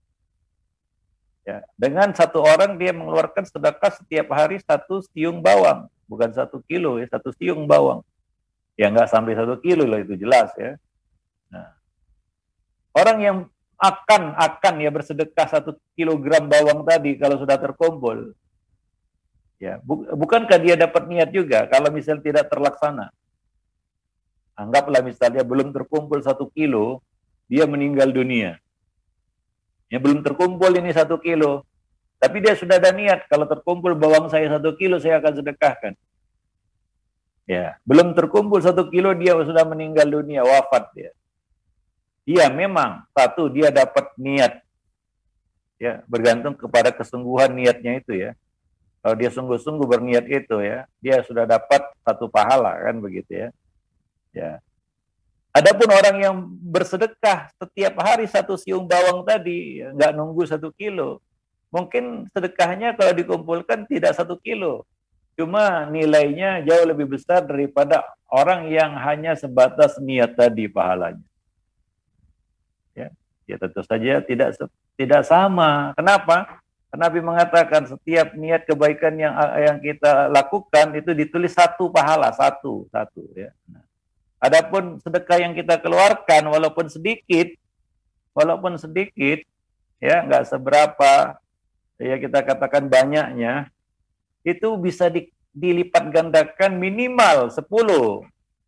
Ya, dengan satu orang dia mengeluarkan sedekah setiap hari satu siung bawang, bukan satu kilo, ya, satu siung bawang. Ya, nggak sampai satu kilo lah, itu jelas, ya. Nah, orang yang akan akan ya bersedekah satu kilogram bawang tadi kalau sudah terkumpul, ya, bu, bukankah dia dapat niat juga kalau misal tidak terlaksana? Anggaplah misalnya belum terkumpul satu kilo, dia meninggal dunia, ya, belum terkumpul ini satu kilo, tapi dia sudah ada niat, kalau terkumpul bawang saya satu kilo saya akan sedekahkan. Ya, belum terkumpul satu kilo dia sudah meninggal dunia, wafat dia. Iya, memang satu dia dapat niat, ya, bergantung kepada kesungguhan niatnya itu, ya. Kalau dia sungguh-sungguh berniat itu, ya, dia sudah dapat satu pahala, kan begitu, ya. Ya. Adapun orang yang bersedekah setiap hari satu siung bawang tadi, ya, nggak nunggu satu kilo, mungkin sedekahnya kalau dikumpulkan tidak satu kilo, cuma nilainya jauh lebih besar daripada orang yang hanya sebatas niat tadi pahalanya. Ya, ya, tentu saja tidak tidak sama. Kenapa? Karena Nabi mengatakan setiap niat kebaikan yang yang kita lakukan itu ditulis satu pahala, satu satu, ya. Nah, adapun sedekah yang kita keluarkan walaupun sedikit, walaupun sedikit, ya, nggak seberapa, ya, kita katakan banyaknya, itu bisa di, dilipat gandakan minimal sepuluh.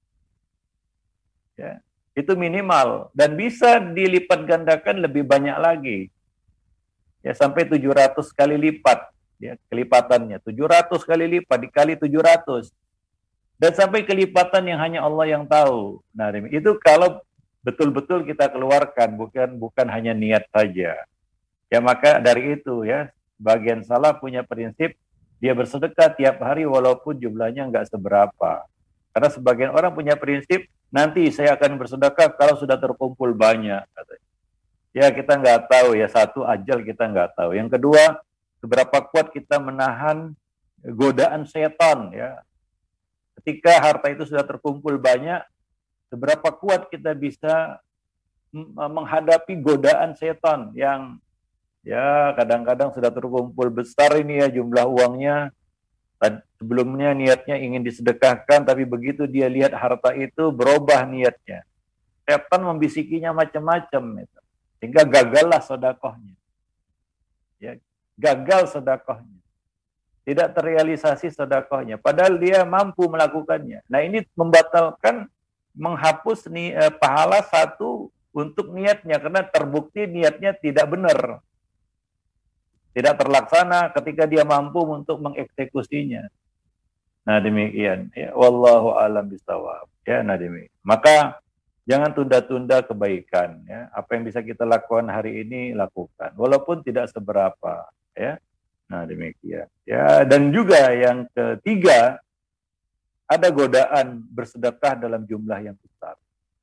Ya. Itu minimal, dan bisa dilipat gandakan lebih banyak lagi, ya, sampai tujuh ratus kali lipat, ya, kelipatannya tujuh ratus kali lipat dikali tujuh ratus, dan sampai kelipatan yang hanya Allah yang tahu. Nah, itu kalau betul-betul kita keluarkan, bukan bukan hanya niat saja, ya. Maka dari itu, ya, bagian salaf punya prinsip dia bersedekah tiap hari walaupun jumlahnya nggak seberapa, karena sebagian orang punya prinsip nanti saya akan bersedekah kalau sudah terkumpul banyak, katanya. Ya, kita nggak tahu, ya, satu ajal kita nggak tahu. Yang kedua, seberapa kuat kita menahan godaan setan, ya. Ketika harta itu sudah terkumpul banyak, seberapa kuat kita bisa menghadapi godaan setan yang, ya, kadang-kadang sudah terkumpul besar ini, ya, jumlah uangnya. Sebelumnya niatnya ingin disedekahkan, tapi begitu dia lihat harta itu berubah niatnya. Setan membisikinya macam-macam, itu. Sehingga gagallah sedekahnya. Ya, gagal sedekahnya. Tidak terrealisasi sedekahnya, padahal dia mampu melakukannya. Nah, ini membatalkan, menghapus ni, eh, pahala satu untuk niatnya, karena terbukti niatnya tidak benar. Tidak terlaksana ketika dia mampu untuk mengeksekusinya. Nah, demikian, ya, wallahu a'lam bishawab, ya. Nah, demikian. Maka Jangan tunda-tunda kebaikan, ya. Apa yang bisa kita lakukan hari ini lakukan, walaupun tidak seberapa, ya. Nah, demikian. Ya, dan juga yang ketiga, ada godaan bersedekah dalam jumlah yang besar.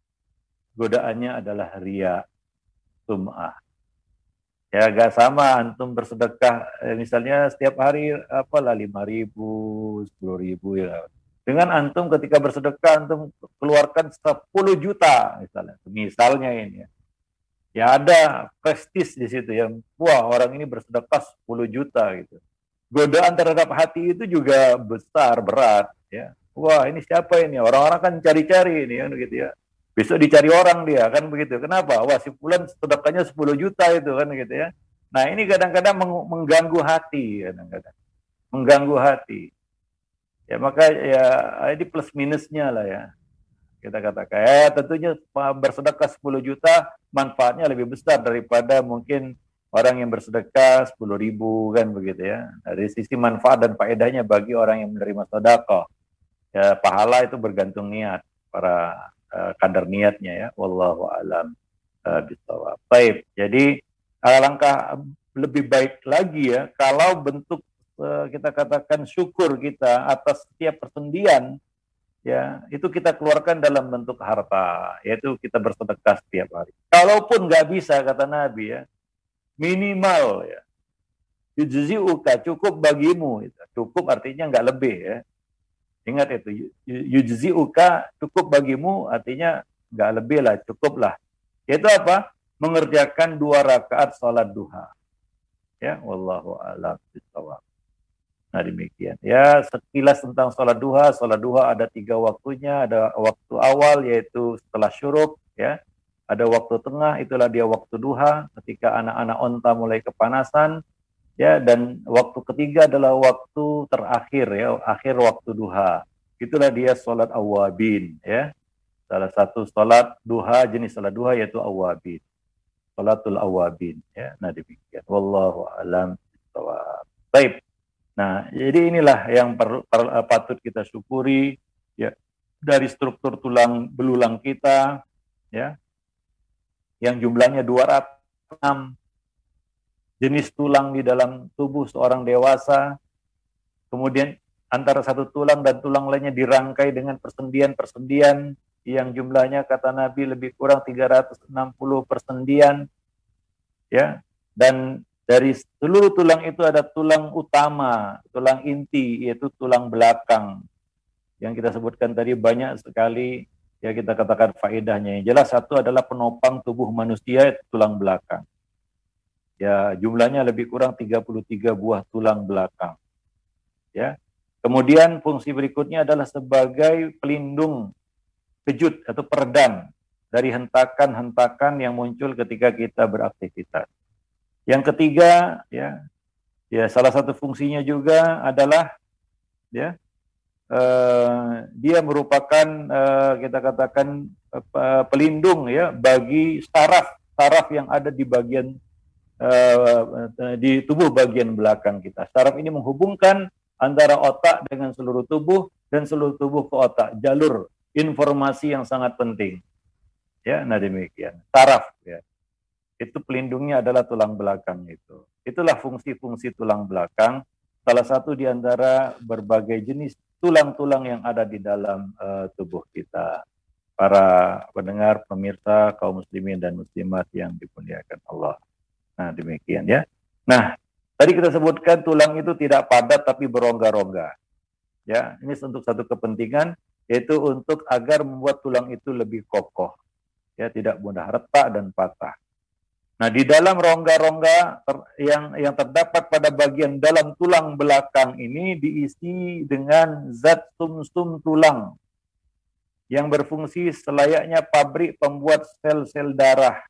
Godaannya adalah riya, sum'ah. Ya, gak sama antum bersedekah, eh, misalnya setiap hari apalah lima ribu, sepuluh ribu ya. Dengan antum ketika bersedekah, antum keluarkan sepuluh juta misalnya. Misalnya ini ya. Ya ada prestis di situ yang, wah orang ini bersedekah sepuluh juta gitu. Godaan terhadap hati itu juga besar, berat ya. Wah ini siapa ini? Orang-orang kan cari-cari ini kan gitu ya. Besok dicari orang dia kan begitu. Kenapa? Wah si fulan sedekahnya sepuluh juta itu kan gitu ya. Nah ini kadang-kadang mengganggu hati kadang-kadang. Mengganggu hati. Ya maka ya ini plus minusnya lah ya. Kita katakan, eh tentunya bersedekah sepuluh juta manfaatnya lebih besar daripada mungkin orang yang bersedekah sepuluh ribu kan begitu ya. Dari sisi manfaat dan faedahnya bagi orang yang menerima sedekah. Ya pahala itu bergantung niat para uh, kadar niatnya ya. Wallahu a'lam uh, bishawab. Baik. Jadi alangkah lebih baik lagi ya kalau bentuk uh, kita katakan syukur kita atas setiap persendian ya itu kita keluarkan dalam bentuk harta, yaitu kita bersedekah setiap hari. Kalaupun nggak bisa kata Nabi ya, minimal ya yujzi'uka, cukup bagimu, cukup artinya nggak lebih ya. Ingat itu, yujzi'uka, cukup bagimu artinya nggak lebih lah, cukup lah. Yaitu apa? Mengerjakan dua rakaat sholat duha. Ya, wallahu a'lam bishawab. Nah demikian. Ya sekilas tentang sholat duha. Sholat duha ada tiga waktunya. Ada waktu awal yaitu setelah syuruk. Ya. Ada waktu tengah, itulah dia waktu duha. Ketika anak-anak onta mulai kepanasan. Ya, dan waktu ketiga adalah waktu terakhir ya, akhir waktu duha. Itulah dia sholat awabin ya. Salah satu sholat duha, jenis sholat duha yaitu awabin. Sholatul awabin ya. Nah demikian. Wallahu a'lam bishawab. Baik. Nah, jadi inilah yang per, per, patut kita syukuri ya dari struktur tulang belulang kita ya. Yang jumlahnya dua ratus enam jenis tulang di dalam tubuh seorang dewasa, kemudian antara satu tulang dan tulang lainnya dirangkai dengan persendian-persendian yang jumlahnya kata Nabi lebih kurang tiga ratus enam puluh persendian, ya, dan dari seluruh tulang itu ada tulang utama, tulang inti, yaitu tulang belakang, yang kita sebutkan tadi banyak sekali, ya kita katakan faedahnya. Yang jelas satu adalah penopang tubuh manusia, yaitu tulang belakang. Ya, jumlahnya lebih kurang tiga puluh tiga buah tulang belakang. Ya. Kemudian fungsi berikutnya adalah sebagai pelindung kejut atau peredam dari hentakan-hentakan yang muncul ketika kita beraktivitas. Yang ketiga, ya, ya salah satu fungsinya juga adalah, ya, uh, dia merupakan uh, kita katakan uh, pelindung ya bagi saraf-saraf yang ada di bagian Uh, di tubuh bagian belakang kita. Saraf ini menghubungkan antara otak dengan seluruh tubuh dan seluruh tubuh ke otak. Jalur informasi yang sangat penting. Ya, nah demikian. Saraf ya. Itu pelindungnya adalah tulang belakang itu. Itulah fungsi-fungsi tulang belakang. Salah satu di antara berbagai jenis tulang-tulang yang ada di dalam uh, tubuh kita. Para pendengar, pemirsa, kaum muslimin dan muslimat yang dimuliakan Allah. Nah demikian ya. Nah tadi kita sebutkan tulang itu tidak padat tapi berongga-rongga. Ya, ini untuk satu kepentingan yaitu untuk agar membuat tulang itu lebih kokoh. Ya, tidak mudah retak dan patah. Nah di dalam rongga-rongga yang yang terdapat pada bagian dalam tulang belakang ini diisi dengan zat sumsum tulang yang berfungsi selayaknya pabrik pembuat sel-sel darah.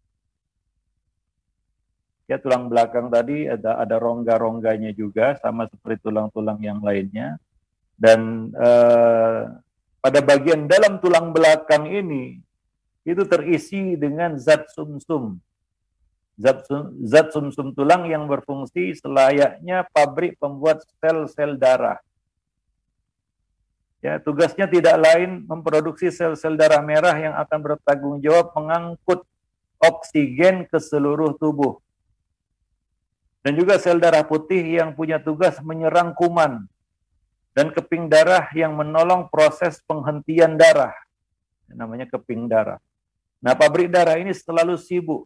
Ya, tulang belakang tadi ada ada rongga-rongganya juga sama seperti tulang-tulang yang lainnya. Dan eh, pada bagian dalam tulang belakang ini itu terisi dengan zat sumsum. Zat, zat sumsum tulang yang berfungsi selayaknya pabrik pembuat sel-sel darah. Ya, tugasnya tidak lain memproduksi sel-sel darah merah yang akan bertanggung jawab mengangkut oksigen ke seluruh tubuh. Dan juga sel darah putih yang punya tugas menyerang kuman dan keping darah yang menolong proses penghentian darah. Namanya keping darah. Nah, pabrik darah ini selalu sibuk.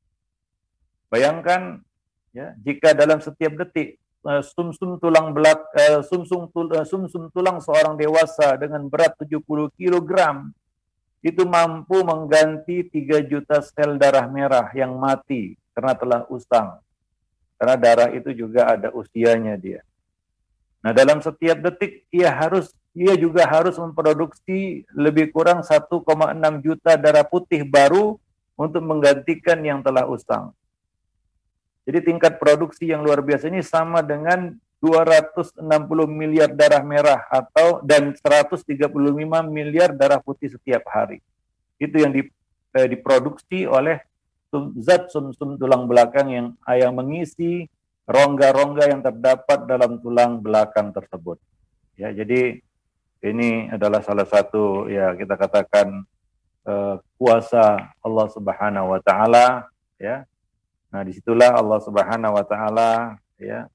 Bayangkan ya, jika dalam setiap detik sumsum tulang belak uh, sumsum tul, uh, sumsum tulang seorang dewasa dengan berat tujuh puluh kilogram itu mampu mengganti tiga juta sel darah merah yang mati karena telah usang. Karena darah itu juga ada usianya dia. Nah, dalam setiap detik ia harus ia juga harus memproduksi lebih kurang satu koma enam juta darah putih baru untuk menggantikan yang telah usang. Jadi tingkat produksi yang luar biasa ini sama dengan dua ratus enam puluh miliar darah merah atau dan seratus tiga puluh lima miliar darah putih setiap hari. Itu yang di, eh, diproduksi oleh zat sumsum tulang belakang yang yang mengisi rongga-rongga yang terdapat dalam tulang belakang tersebut. Ya, jadi ini adalah salah satu ya kita katakan eh, kuasa Allah Subhanahu wa taala ya. Nah, disitulah Allah Subhanahu wa taala ya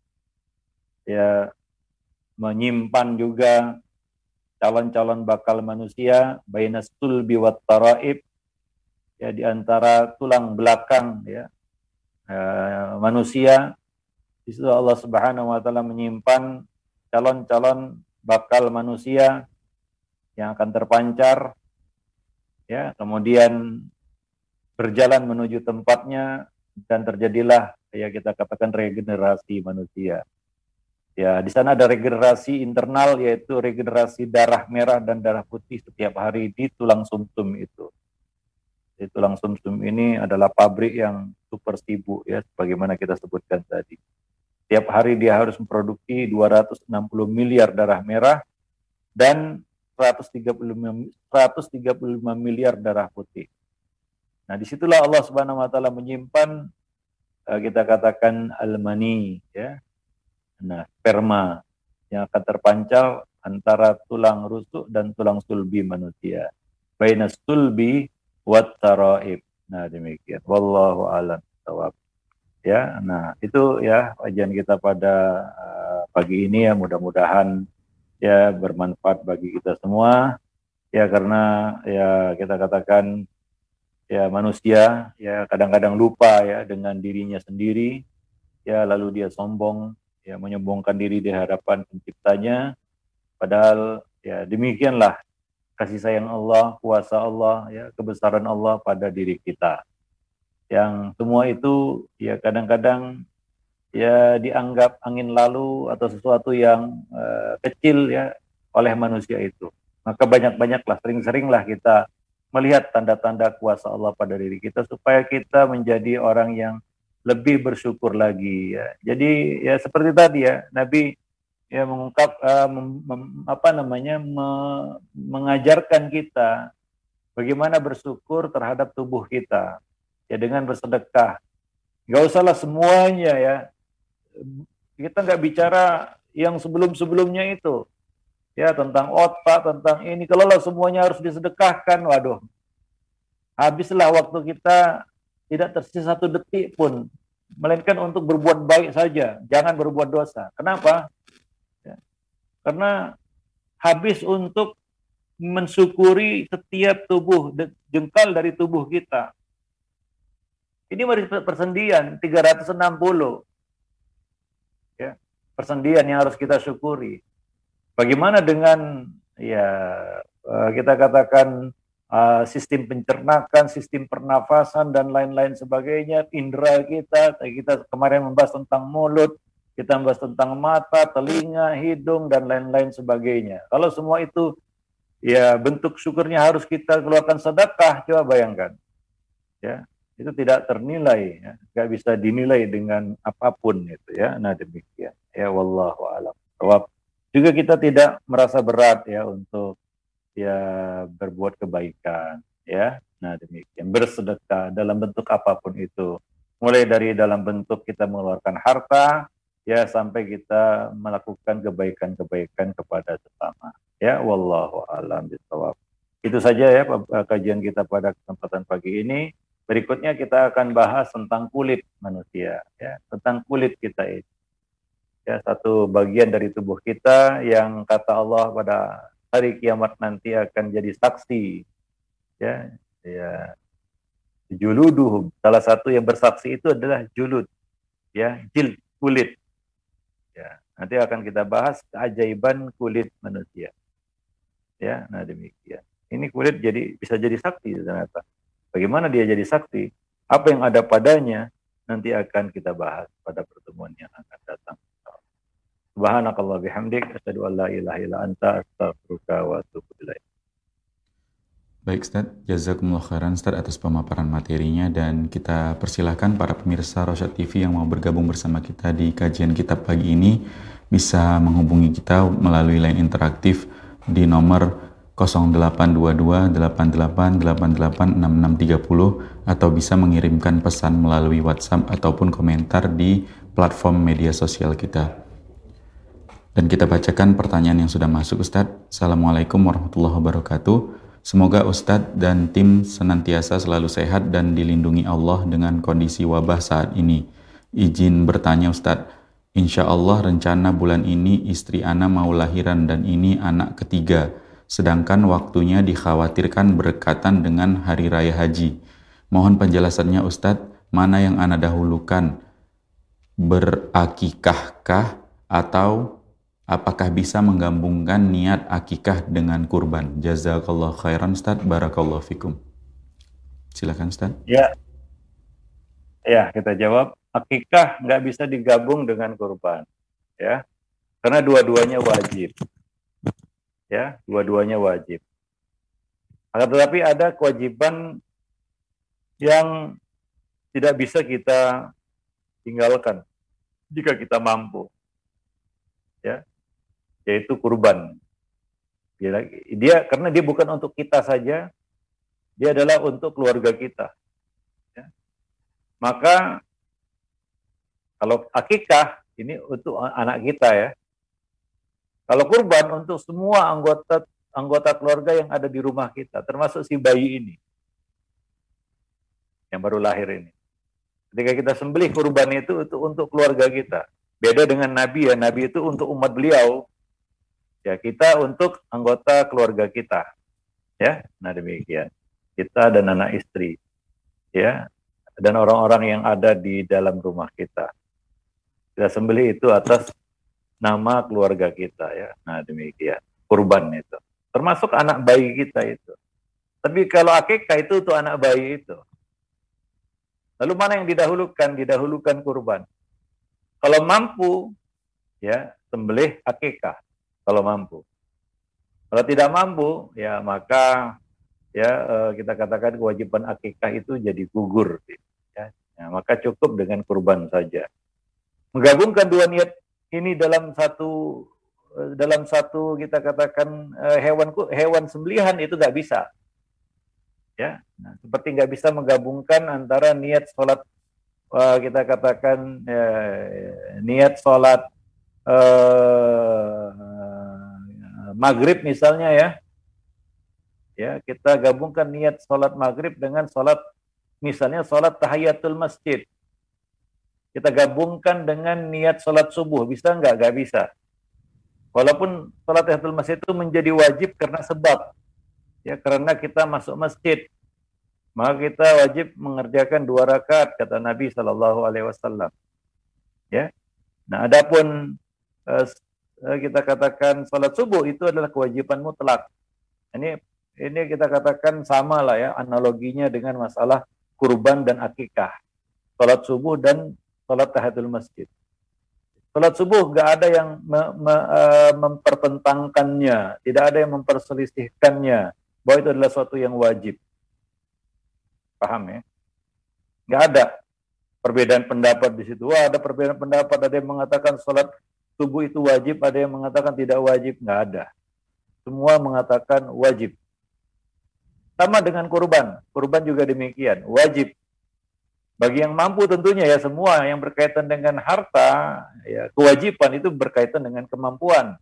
ya menyimpan juga calon-calon bakal manusia bainas sulbi wat taraib ya di antara tulang belakang ya uh, manusia. Di situ Allah Subhanahu wa taala menyimpan calon-calon bakal manusia yang akan terpancar ya, kemudian berjalan menuju tempatnya dan terjadilah ya kita katakan regenerasi manusia. Ya, di sana ada regenerasi internal yaitu regenerasi darah merah dan darah putih setiap hari di tulang sumsum itu. Di tulang sumsum ini adalah pabrik yang super sibuk ya sebagaimana kita sebutkan tadi. Setiap hari dia harus memproduksi dua ratus enam puluh miliar darah merah dan seratus tiga puluh lima miliar darah putih. Nah, disitulah Allah Subhanahu wa taala menyimpan uh, kita katakan al-mani ya. Nah, sperma yang akan terpancar antara tulang rusuk dan tulang sulbi manusia. Bainas sulbi wat taraib. Nah, demikian. Wallahu a'lam bishawab. Ya, nah itu ya kajian kita pada uh, pagi ini ya, mudah-mudahan ya bermanfaat bagi kita semua. Ya, karena ya kita katakan ya manusia ya kadang-kadang lupa ya dengan dirinya sendiri ya, lalu dia sombong ya, menyombongkan diri di hadapan penciptanya, padahal ya demikianlah kasih sayang Allah, kuasa Allah ya, kebesaran Allah pada diri kita, yang semua itu ya kadang-kadang ya dianggap angin lalu atau sesuatu yang uh, kecil ya oleh manusia itu. Maka banyak-banyaklah, sering-seringlah kita melihat tanda-tanda kuasa Allah pada diri kita supaya kita menjadi orang yang lebih bersyukur lagi ya. Jadi ya seperti tadi ya, Nabi ya mengungkap uh, mem, mem, apa namanya me, mengajarkan kita bagaimana bersyukur terhadap tubuh kita ya dengan bersedekah. Gak usahlah semuanya ya. Kita nggak bicara yang sebelum-sebelumnya itu. Ya, tentang otak, tentang ini. Kalau lah semuanya harus disedekahkan, waduh. Habislah waktu kita, tidak tersisa satu detik pun. Melainkan untuk berbuat baik saja. Jangan berbuat dosa. Kenapa? Ya. Karena habis untuk mensyukuri setiap tubuh, jengkal dari tubuh kita. Ini baru persendian, tiga ratus enam puluh. Ya, persendian yang harus kita syukuri. Bagaimana dengan ya kita katakan uh, sistem pencernakan, sistem pernafasan dan lain-lain sebagainya, indera kita, kita kemarin membahas tentang mulut, kita membahas tentang mata, telinga, hidung dan lain-lain sebagainya. Kalau semua itu ya bentuk syukurnya harus kita keluarkan sedekah, coba bayangkan. Ya, itu tidak ternilai, ya, nggak bisa dinilai dengan apapun itu ya. Nah demikian. Ya wallahu a'lam. Juga kita tidak merasa berat ya untuk ya berbuat kebaikan ya. Nah demikian, bersedekah dalam bentuk apapun itu. Mulai dari dalam bentuk kita mengeluarkan harta ya sampai kita melakukan kebaikan-kebaikan kepada sesama. Ya, wallahu a'lam bishawab. Itu saja ya kajian kita pada kesempatan pagi ini. Berikutnya kita akan bahas tentang kulit manusia, ya, tentang kulit kita ini. Ya, satu bagian dari tubuh kita yang kata Allah pada hari kiamat nanti akan jadi saksi. Ya, ya. Juluduhum. Salah satu yang bersaksi itu adalah julud, ya, jilid, kulit. Ya, nanti akan kita bahas keajaiban kulit manusia. Ya, nah demikian. Ini kulit jadi bisa jadi saksi ternyata. Bagaimana dia jadi saksi? Apa yang ada padanya nanti akan kita bahas pada pertemuan yang akan datang. Subhanakallah bihamdik, asyhadu an la ilaha illa anta, astaghfiruka wa atubu ilaik. Baik Ustaz, jazakumullah khairan Ustaz atas pemaparan materinya, dan kita persilahkan para pemirsa Rosyad T V yang mau bergabung bersama kita di kajian kitab pagi ini bisa menghubungi kita melalui line interaktif di nomor nol delapan dua dua delapan delapan delapan delapan enam enam tiga nol atau bisa mengirimkan pesan melalui WhatsApp ataupun komentar di platform media sosial kita. Dan kita bacakan pertanyaan yang sudah masuk Ustadz. Assalamualaikum warahmatullahi wabarakatuh. Semoga Ustadz dan tim senantiasa selalu sehat dan dilindungi Allah dengan kondisi wabah saat ini. Izin bertanya Ustadz, insya Allah rencana bulan ini istri Ana mau lahiran dan ini anak ketiga. Sedangkan waktunya dikhawatirkan berdekatan dengan Hari Raya Haji. Mohon penjelasannya Ustadz, mana yang Ana dahulukan? Berakikahkah atau apakah bisa menggabungkan niat akikah dengan kurban? Jazakallah khairan Ustaz, barakallahu fikum. Silakan Ustaz. Ya, ya kita jawab. Akikah nggak bisa digabung dengan kurban, ya, karena dua-duanya wajib. Ya, dua-duanya wajib. Akan tetapi ada kewajiban yang tidak bisa kita tinggalkan jika kita mampu, ya, yaitu kurban. Dia, dia karena dia bukan untuk kita saja, dia adalah untuk keluarga kita. Ya. Maka kalau akikah ini untuk anak kita, ya. Kalau kurban untuk semua anggota anggota keluarga yang ada di rumah kita, termasuk si bayi ini yang baru lahir ini. Ketika kita sembelih kurban itu itu untuk keluarga kita. Beda dengan Nabi, ya, Nabi itu untuk umat beliau. Ya, kita untuk anggota keluarga kita. Ya, nah demikian. Kita dan anak istri. Ya, dan orang-orang yang ada di dalam rumah kita. Kita sembelih itu atas nama keluarga kita, ya. Nah demikian. Kurban itu. Termasuk anak bayi kita itu. Tapi kalau akikah itu untuk anak bayi itu. Lalu mana yang didahulukan? Didahulukan kurban. Kalau mampu, ya, sembelih akikah. Kalau mampu. Kalau tidak mampu, ya maka ya kita katakan kewajiban akikah itu jadi gugur. Ya. Ya, maka cukup dengan kurban saja. Menggabungkan dua niat ini dalam satu dalam satu kita katakan hewan hewan sembelihan itu nggak bisa. Ya, nah, seperti nggak bisa menggabungkan antara niat sholat uh, kita katakan uh, niat sholat uh, maghrib misalnya, ya, ya kita gabungkan niat sholat maghrib dengan sholat misalnya sholat tahiyatul masjid, kita gabungkan dengan niat sholat subuh, bisa nggak? Nggak bisa. Walaupun sholat tahiyatul masjid itu menjadi wajib karena sebab. Ya, karena kita masuk masjid, maka kita wajib mengerjakan dua rakaat kata Nabi Shallallahu Alaihi Wasallam. Ya, nah adapun eh, kita katakan sholat subuh itu adalah kewajiban mutlak. Ini ini kita katakan sama lah, ya, analoginya dengan masalah kurban dan akikah. Sholat subuh dan sholat tahiyatul masjid. Sholat subuh nggak ada yang me, me, uh, mempertentangkannya, tidak ada yang memperselisihkannya bahwa itu adalah suatu yang wajib. Paham, ya? Nggak ada perbedaan pendapat di situ. Wah, ada perbedaan pendapat, ada yang mengatakan sholat subuh itu wajib, ada yang mengatakan tidak wajib. Nggak ada. Semua mengatakan wajib. Sama dengan kurban. Kurban juga demikian, wajib. Bagi yang mampu tentunya ya, semua yang berkaitan dengan harta, ya kewajiban itu berkaitan dengan kemampuan.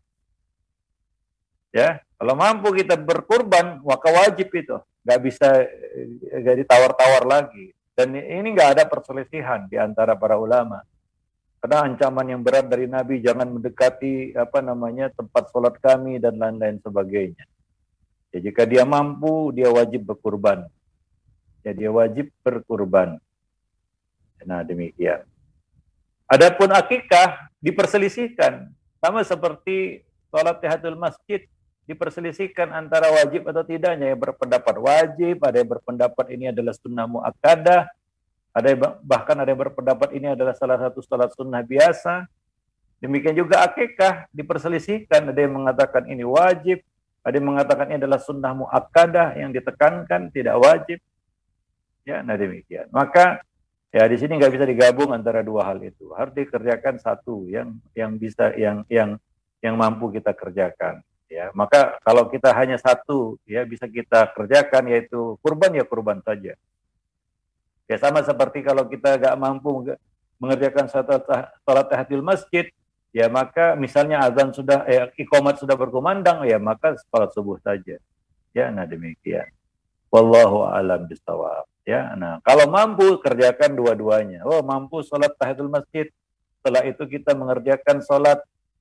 Ya, kalau mampu kita berkurban, maka wajib itu, nggak bisa nggak ditawar-tawar lagi. Dan ini nggak ada perselisihan di antara para ulama. Karena ancaman yang berat dari Nabi, jangan mendekati apa namanya tempat sholat kami dan lain-lain sebagainya. Ya, jika dia mampu, dia wajib berkurban. Ya, dia wajib berkurban. Nah, demikian. Adapun akikah diperselisihkan, sama seperti sholat tahiyatul masjid, diperselisihkan antara wajib atau tidaknya. Yang berpendapat wajib, ada yang berpendapat ini adalah sunnah muakkadah, ada yang, bahkan ada yang berpendapat ini adalah salah satu sholat sunnah biasa. Demikian juga akikah diperselisihkan, ada yang mengatakan ini wajib, ada yang mengatakan ini adalah sunnah muakkadah yang ditekankan, tidak wajib. Ya, nah demikian. Maka ya di sini nggak bisa digabung antara dua hal itu. Harus dikerjakan satu yang yang bisa yang yang yang mampu kita kerjakan. Ya, maka kalau kita hanya satu ya bisa kita kerjakan, yaitu kurban, ya kurban saja. Ya sama seperti kalau kita nggak mampu mengerjakan sholat tahiyatul masjid, ya maka misalnya azan sudah eh, iqamat sudah berkumandang, ya maka sholat subuh saja. Ya, nah demikian. Wallahu a'lam bishawab. Ya, nah kalau mampu kerjakan dua-duanya. Oh, mampu sholat tahiyatul masjid, setelah itu kita mengerjakan sholat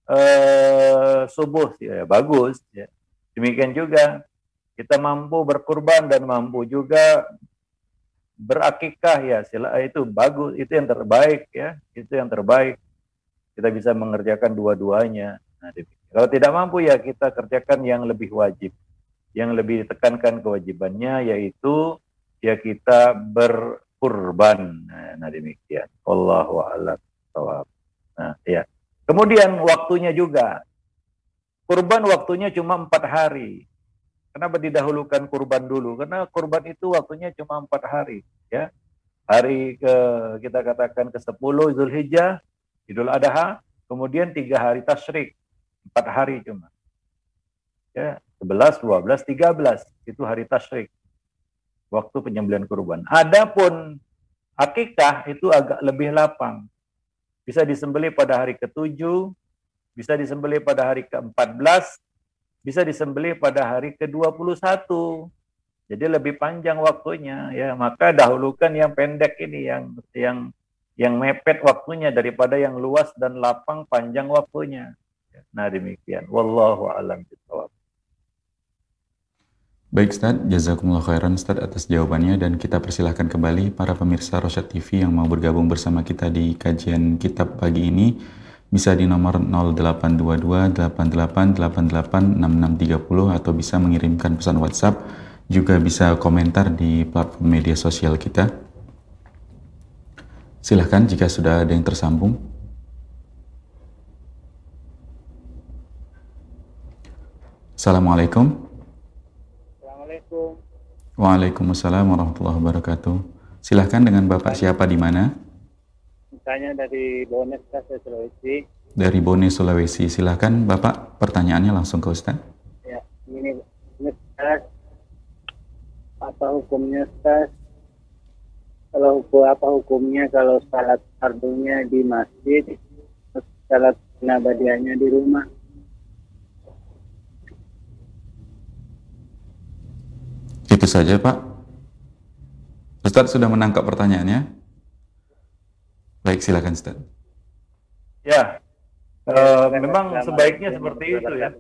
uh, subuh, ya bagus. Ya. Demikian juga kita mampu berkurban dan mampu juga berakikah, ya sila itu bagus, itu yang terbaik, ya itu yang terbaik. Kita bisa mengerjakan dua-duanya. Nah, kalau tidak mampu ya kita kerjakan yang lebih wajib, yang lebih ditekankan kewajibannya, yaitu ya kita berkurban. Nah, nah demikian. Wallahu a'lam bishawab. Nah, ya. Kemudian waktunya juga. Kurban waktunya cuma empat hari. Kenapa didahulukan kurban dulu? Karena kurban itu waktunya cuma empat hari. Ya, hari ke kita katakan ke sepuluh Zulhijjah, Idul Adha, kemudian tiga hari tasyrik, empat hari cuma. Ya, sebelas, dua belas, tiga belas itu hari tasyrik. Waktu penyembelihan kurban. Adapun akikah itu agak lebih lapang. Bisa disembelih pada hari ketujuh, bisa disembelih pada hari keempat belas, bisa disembelih pada hari ke dua puluh satu. Jadi lebih panjang waktunya, ya. Maka dahulukan yang pendek ini, yang yang yang mepet waktunya daripada yang luas dan lapang panjang waktunya. Nah demikian. Wallahu a'lam bishawab. Baik Ustaz, jazakumullah khairan Ustaz atas jawabannya, dan kita persilahkan kembali para pemirsa Rosyad T V yang mau bergabung bersama kita di kajian kitab pagi ini, bisa di nomor nol delapan dua dua delapan delapan delapan delapan enam enam tiga nol atau bisa mengirimkan pesan WhatsApp, juga bisa komentar di platform media sosial kita. Silahkan jika sudah ada yang tersambung. Assalamualaikum. Waalaikumsalam warahmatullahi wabarakatuh. Silahkan, dengan Bapak siapa di mana? Saya dari Bone, Sulawesi. Dari Bone, Sulawesi. Silahkan Bapak, pertanyaannya langsung ke Ustaz. Ya, ini Ustaz, apa hukumnya Ustaz? Kalau hukum apa hukumnya kalau salat fardunya di masjid, salat nabadiannya di rumah? Itu saja Pak. Ustaz sudah menangkap pertanyaannya? Baik, silakan Ustaz. Ya, uh, memang sebaiknya seperti itu ya.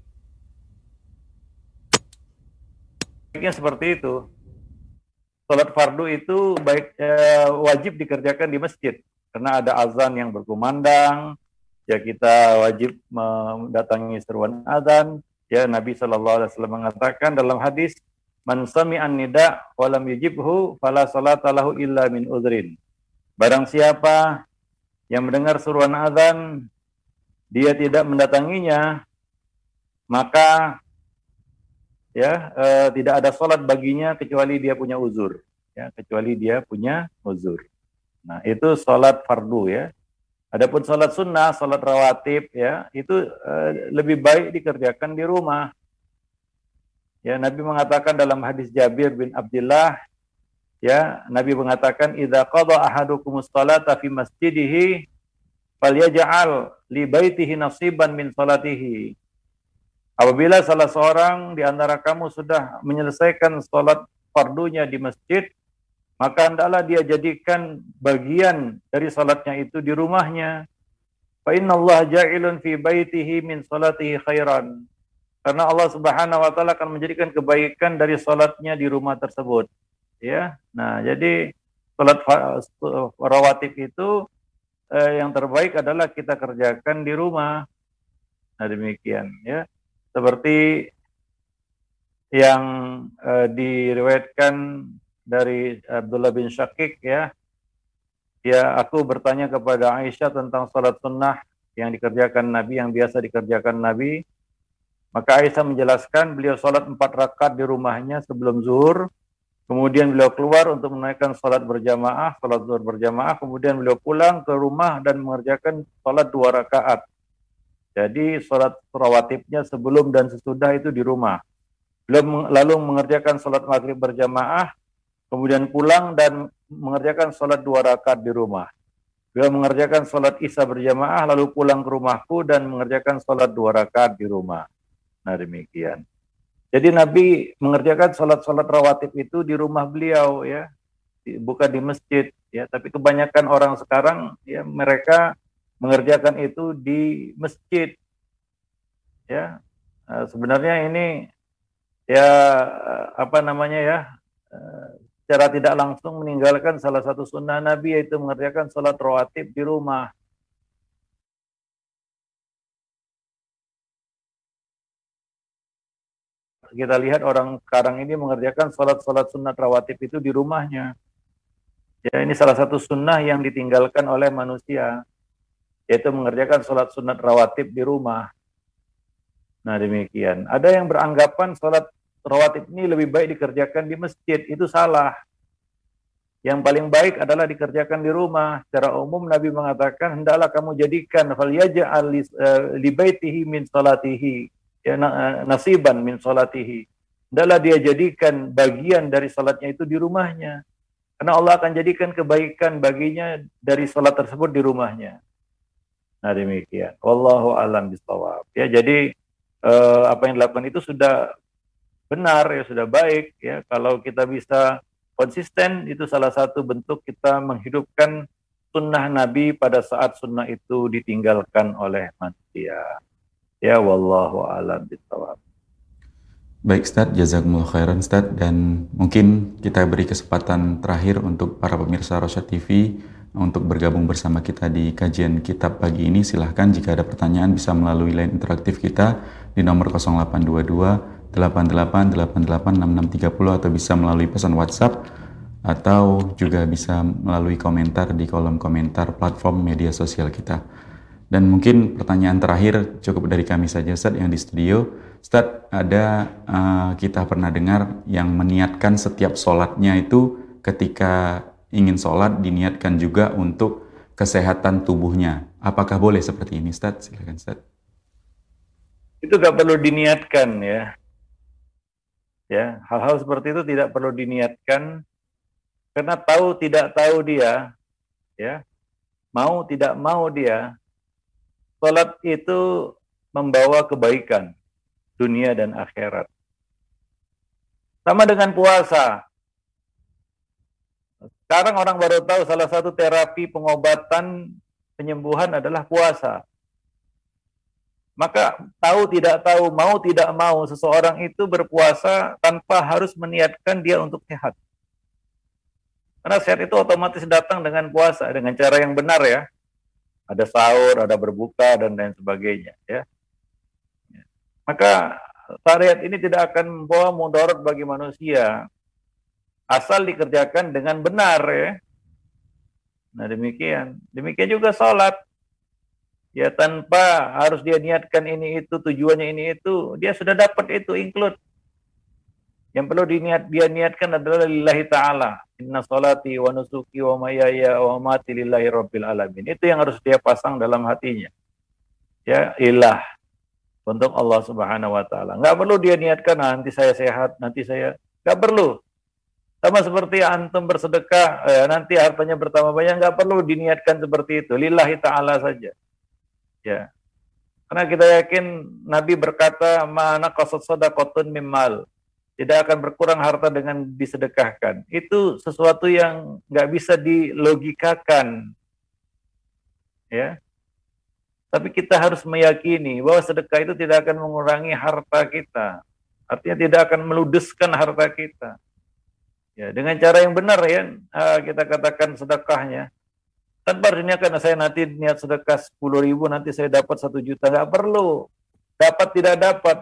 Sebaiknya seperti itu. Salat fardu itu baik eh, wajib dikerjakan di masjid karena ada azan yang berkumandang. Ya kita wajib mendatangi seruan azan. Ya Nabi Shallallahu Alaihi Wasallam mengatakan dalam hadis, man sami'an nida wa lam yujibhu fala salata lahu illa min udhrin. Barang siapa yang mendengar seruan azan, dia tidak mendatanginya, maka ya eh, tidak ada salat baginya kecuali dia punya uzur, ya kecuali dia punya uzur. Nah, itu salat fardu ya. Adapun salat sunnah, salat rawatib ya, itu eh, lebih baik dikerjakan di rumah. Ya, Nabi mengatakan dalam hadis Jabir bin Abdullah, Ya, Nabi mengatakan idza qada ahadukumus salata fi masjidihi falyaj'al li baitihi nasiban min salatihi. Apabila salah seorang di antara kamu sudah menyelesaikan salat fardunya di masjid, maka hendaklah dia jadikan bagian dari salatnya itu di rumahnya. Fa innallaha ja'ilun fi baitihi min salatihi khairan. Karena Allah Subhanahu wa taala akan menjadikan kebaikan dari salatnya di rumah tersebut. Ya, nah jadi salat rawatib itu eh, yang terbaik adalah kita kerjakan di rumah. Nah demikian ya, seperti yang eh, diriwayatkan dari Abdullah bin Syakik ya, ya aku bertanya kepada Aisyah tentang salat sunnah yang dikerjakan Nabi, yang biasa dikerjakan Nabi. Maka Aisyah menjelaskan beliau salat empat rakaat di rumahnya sebelum zuhur. Kemudian beliau keluar untuk menunaikan salat berjamaah, salat zuhur berjamaah. Kemudian beliau pulang ke rumah dan mengerjakan salat dua rakaat. Jadi salat rawatibnya sebelum dan sesudah itu di rumah. Beliau lalu mengerjakan salat maghrib berjamaah, kemudian pulang dan mengerjakan salat dua rakaat di rumah. Beliau mengerjakan salat isya berjamaah, lalu pulang ke rumahku dan mengerjakan salat dua rakaat di rumah. Nah demikian. Jadi Nabi mengerjakan sholat-sholat rawatib itu di rumah beliau ya, bukan di masjid ya. Tapi kebanyakan orang sekarang ya mereka mengerjakan itu di masjid ya. Nah, sebenarnya ini ya apa namanya ya, secara tidak langsung meninggalkan salah satu sunnah Nabi, yaitu mengerjakan sholat rawatib di rumah. Kita lihat orang sekarang ini mengerjakan sholat-sholat sunat rawatib itu di rumahnya. Ya, ini salah satu sunnah yang ditinggalkan oleh manusia, yaitu mengerjakan sholat sunat rawatib di rumah. Nah demikian. Ada yang beranggapan sholat rawatib ini lebih baik dikerjakan di masjid. Itu salah. Yang paling baik adalah dikerjakan di rumah. Secara umum Nabi mengatakan, hendaklah kamu jadikan falyaj'al li baitihi min salatihi, ya, nasiban min salatihi. Hendaklah dia jadikan bagian dari salatnya itu di rumahnya. Karena Allah akan jadikan kebaikan baginya dari salat tersebut di rumahnya. Nah demikian. Wallahu a'lam bishawab. Ya, jadi eh, apa yang dilakukan itu sudah benar ya, sudah baik ya. Kalau kita bisa konsisten, itu salah satu bentuk kita menghidupkan sunnah Nabi pada saat sunnah itu ditinggalkan oleh manusia. Ya, wallahu a'lam bishawab. Baik Ustaz, jazakumullah khairan Ustaz, dan mungkin kita beri kesempatan terakhir untuk para pemirsa Rosyad T V untuk bergabung bersama kita di kajian kitab pagi ini. Silahkan jika ada pertanyaan bisa melalui line interaktif kita di nomor nol delapan dua dua delapan delapan delapan delapan enam enam tiga nol, atau bisa melalui pesan WhatsApp, atau juga bisa melalui komentar di kolom komentar platform media sosial kita. Dan mungkin pertanyaan terakhir cukup dari kami saja Ustaz yang di studio. Ustaz, ada uh, kita pernah dengar yang meniatkan setiap sholatnya itu ketika ingin sholat diniatkan juga untuk kesehatan tubuhnya. Apakah boleh seperti ini Ustaz? Silakan Ustaz. Itu gak perlu diniatkan ya. Ya, hal-hal seperti itu tidak perlu diniatkan, karena tahu tidak tahu dia, ya, mau tidak mau dia, sholat itu membawa kebaikan dunia dan akhirat. Sama dengan puasa. Sekarang orang baru tahu salah satu terapi pengobatan penyembuhan adalah puasa. Maka tahu tidak tahu, mau tidak mau, seseorang itu berpuasa tanpa harus meniatkan dia untuk sehat. Karena sehat itu otomatis datang dengan puasa, dengan cara yang benar ya. Ada sahur, ada berbuka, dan lain sebagainya ya. Maka syariat ini tidak akan membawa mudarat bagi manusia, asal dikerjakan dengan benar ya. Nah demikian. Demikian juga sholat. Ya, tanpa harus dia niatkan ini itu, tujuannya ini itu, dia sudah dapat itu, include. Yang perlu diniat, dia niatkan adalah lillahi ta'ala. Inna sholati wa nusuki wa mayaya wa mati lillahi rabbil alamin. Itu yang harus dia pasang dalam hatinya. Ya, ilah. Untuk Allah Subhanahu wa ta'ala. Nggak perlu dia niatkan, nah, nanti saya sehat, nanti saya. Nggak perlu. Sama seperti antum bersedekah, eh, nanti hartanya bertambah banyak, nggak perlu diniatkan seperti itu. Lillahi ta'ala saja. Ya. Karena kita yakin Nabi berkata, "Ma'ana qasad sadaqatun mimmal." Tidak akan berkurang harta dengan disedekahkan. Itu sesuatu yang nggak bisa dilogikakan. Ya. Tapi kita harus meyakini bahwa sedekah itu tidak akan mengurangi harta kita. Artinya tidak akan meludeskan harta kita. Ya, dengan cara yang benar ya, kita katakan sedekahnya. Tanpa diniatkan saya nanti niat sedekah sepuluh ribu, nanti saya dapat satu juta. Nggak perlu. Dapat tidak dapat.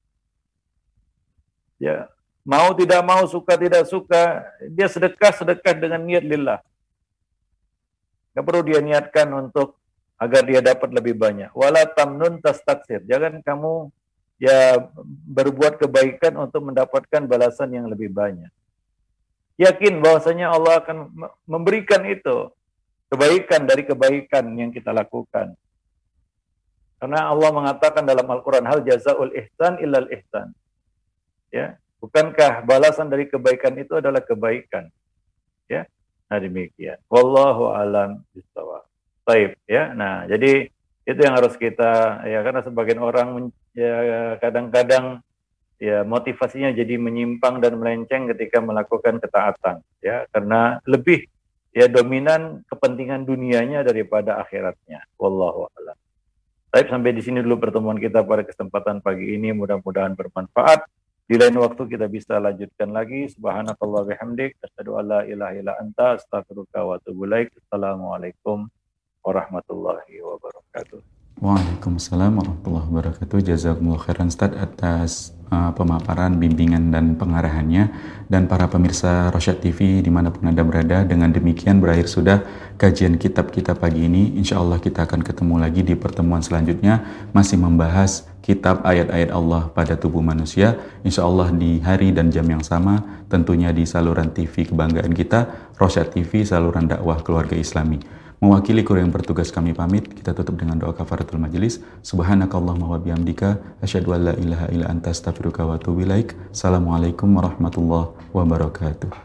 Ya, mau tidak mau, suka tidak suka, dia sedekah, sedekah dengan niat lillah. Nggak perlu dia niatkan untuk agar dia dapat lebih banyak. Wala tamnun tastaksir. Jangan kamu ya berbuat kebaikan untuk mendapatkan balasan yang lebih banyak. Yakin bahwasanya Allah akan memberikan itu kebaikan dari kebaikan yang kita lakukan. Karena Allah mengatakan dalam Al-Quran, hal jazaul ihsan illal ihsan. Ya, bukankah balasan dari kebaikan itu adalah kebaikan? Ya, nah demikian. Wallahu a'lam bishawab. Baik, ya. Nah, jadi itu yang harus kita, ya, karena sebagian orang ya kadang-kadang ya motivasinya jadi menyimpang dan melenceng ketika melakukan ketaatan, ya, karena lebih ya dominan kepentingan dunianya daripada akhiratnya. Wallahu a'lam. Baik, sampai di sini dulu pertemuan kita pada kesempatan pagi ini, mudah-mudahan bermanfaat. Di lain waktu kita bisa lanjutkan lagi. Subhanakallah bihamdik, asyhadu an la ilaha illa anta, astaghfiruka wa atubu ilaik. Assalamualaikum warahmatullahi wabarakatuh. Waalaikumsalam warahmatullahi wabarakatuh. Jazakumullah khairan Ustaz atas uh, pemaparan, bimbingan dan pengarahannya. Dan para pemirsa Rosyad T V dimanapun Anda berada, dengan demikian berakhir sudah kajian kitab kita pagi ini. Insya Allah kita akan ketemu lagi di pertemuan selanjutnya, masih membahas kitab ayat-ayat Allah pada tubuh manusia. Insya Allah di hari dan jam yang sama, tentunya di saluran T V kebanggaan kita, Rosyad T V, saluran dakwah keluarga Islami. Mewakili kru yang bertugas kami pamit, kita tutup dengan doa kafaratul majelis. Subhanakallahumma wa bihamdika, asyhadu an la ilaha illa anta, astaghfiruka wa atubu ilaik. Assalamualaikum warahmatullahi wabarakatuh.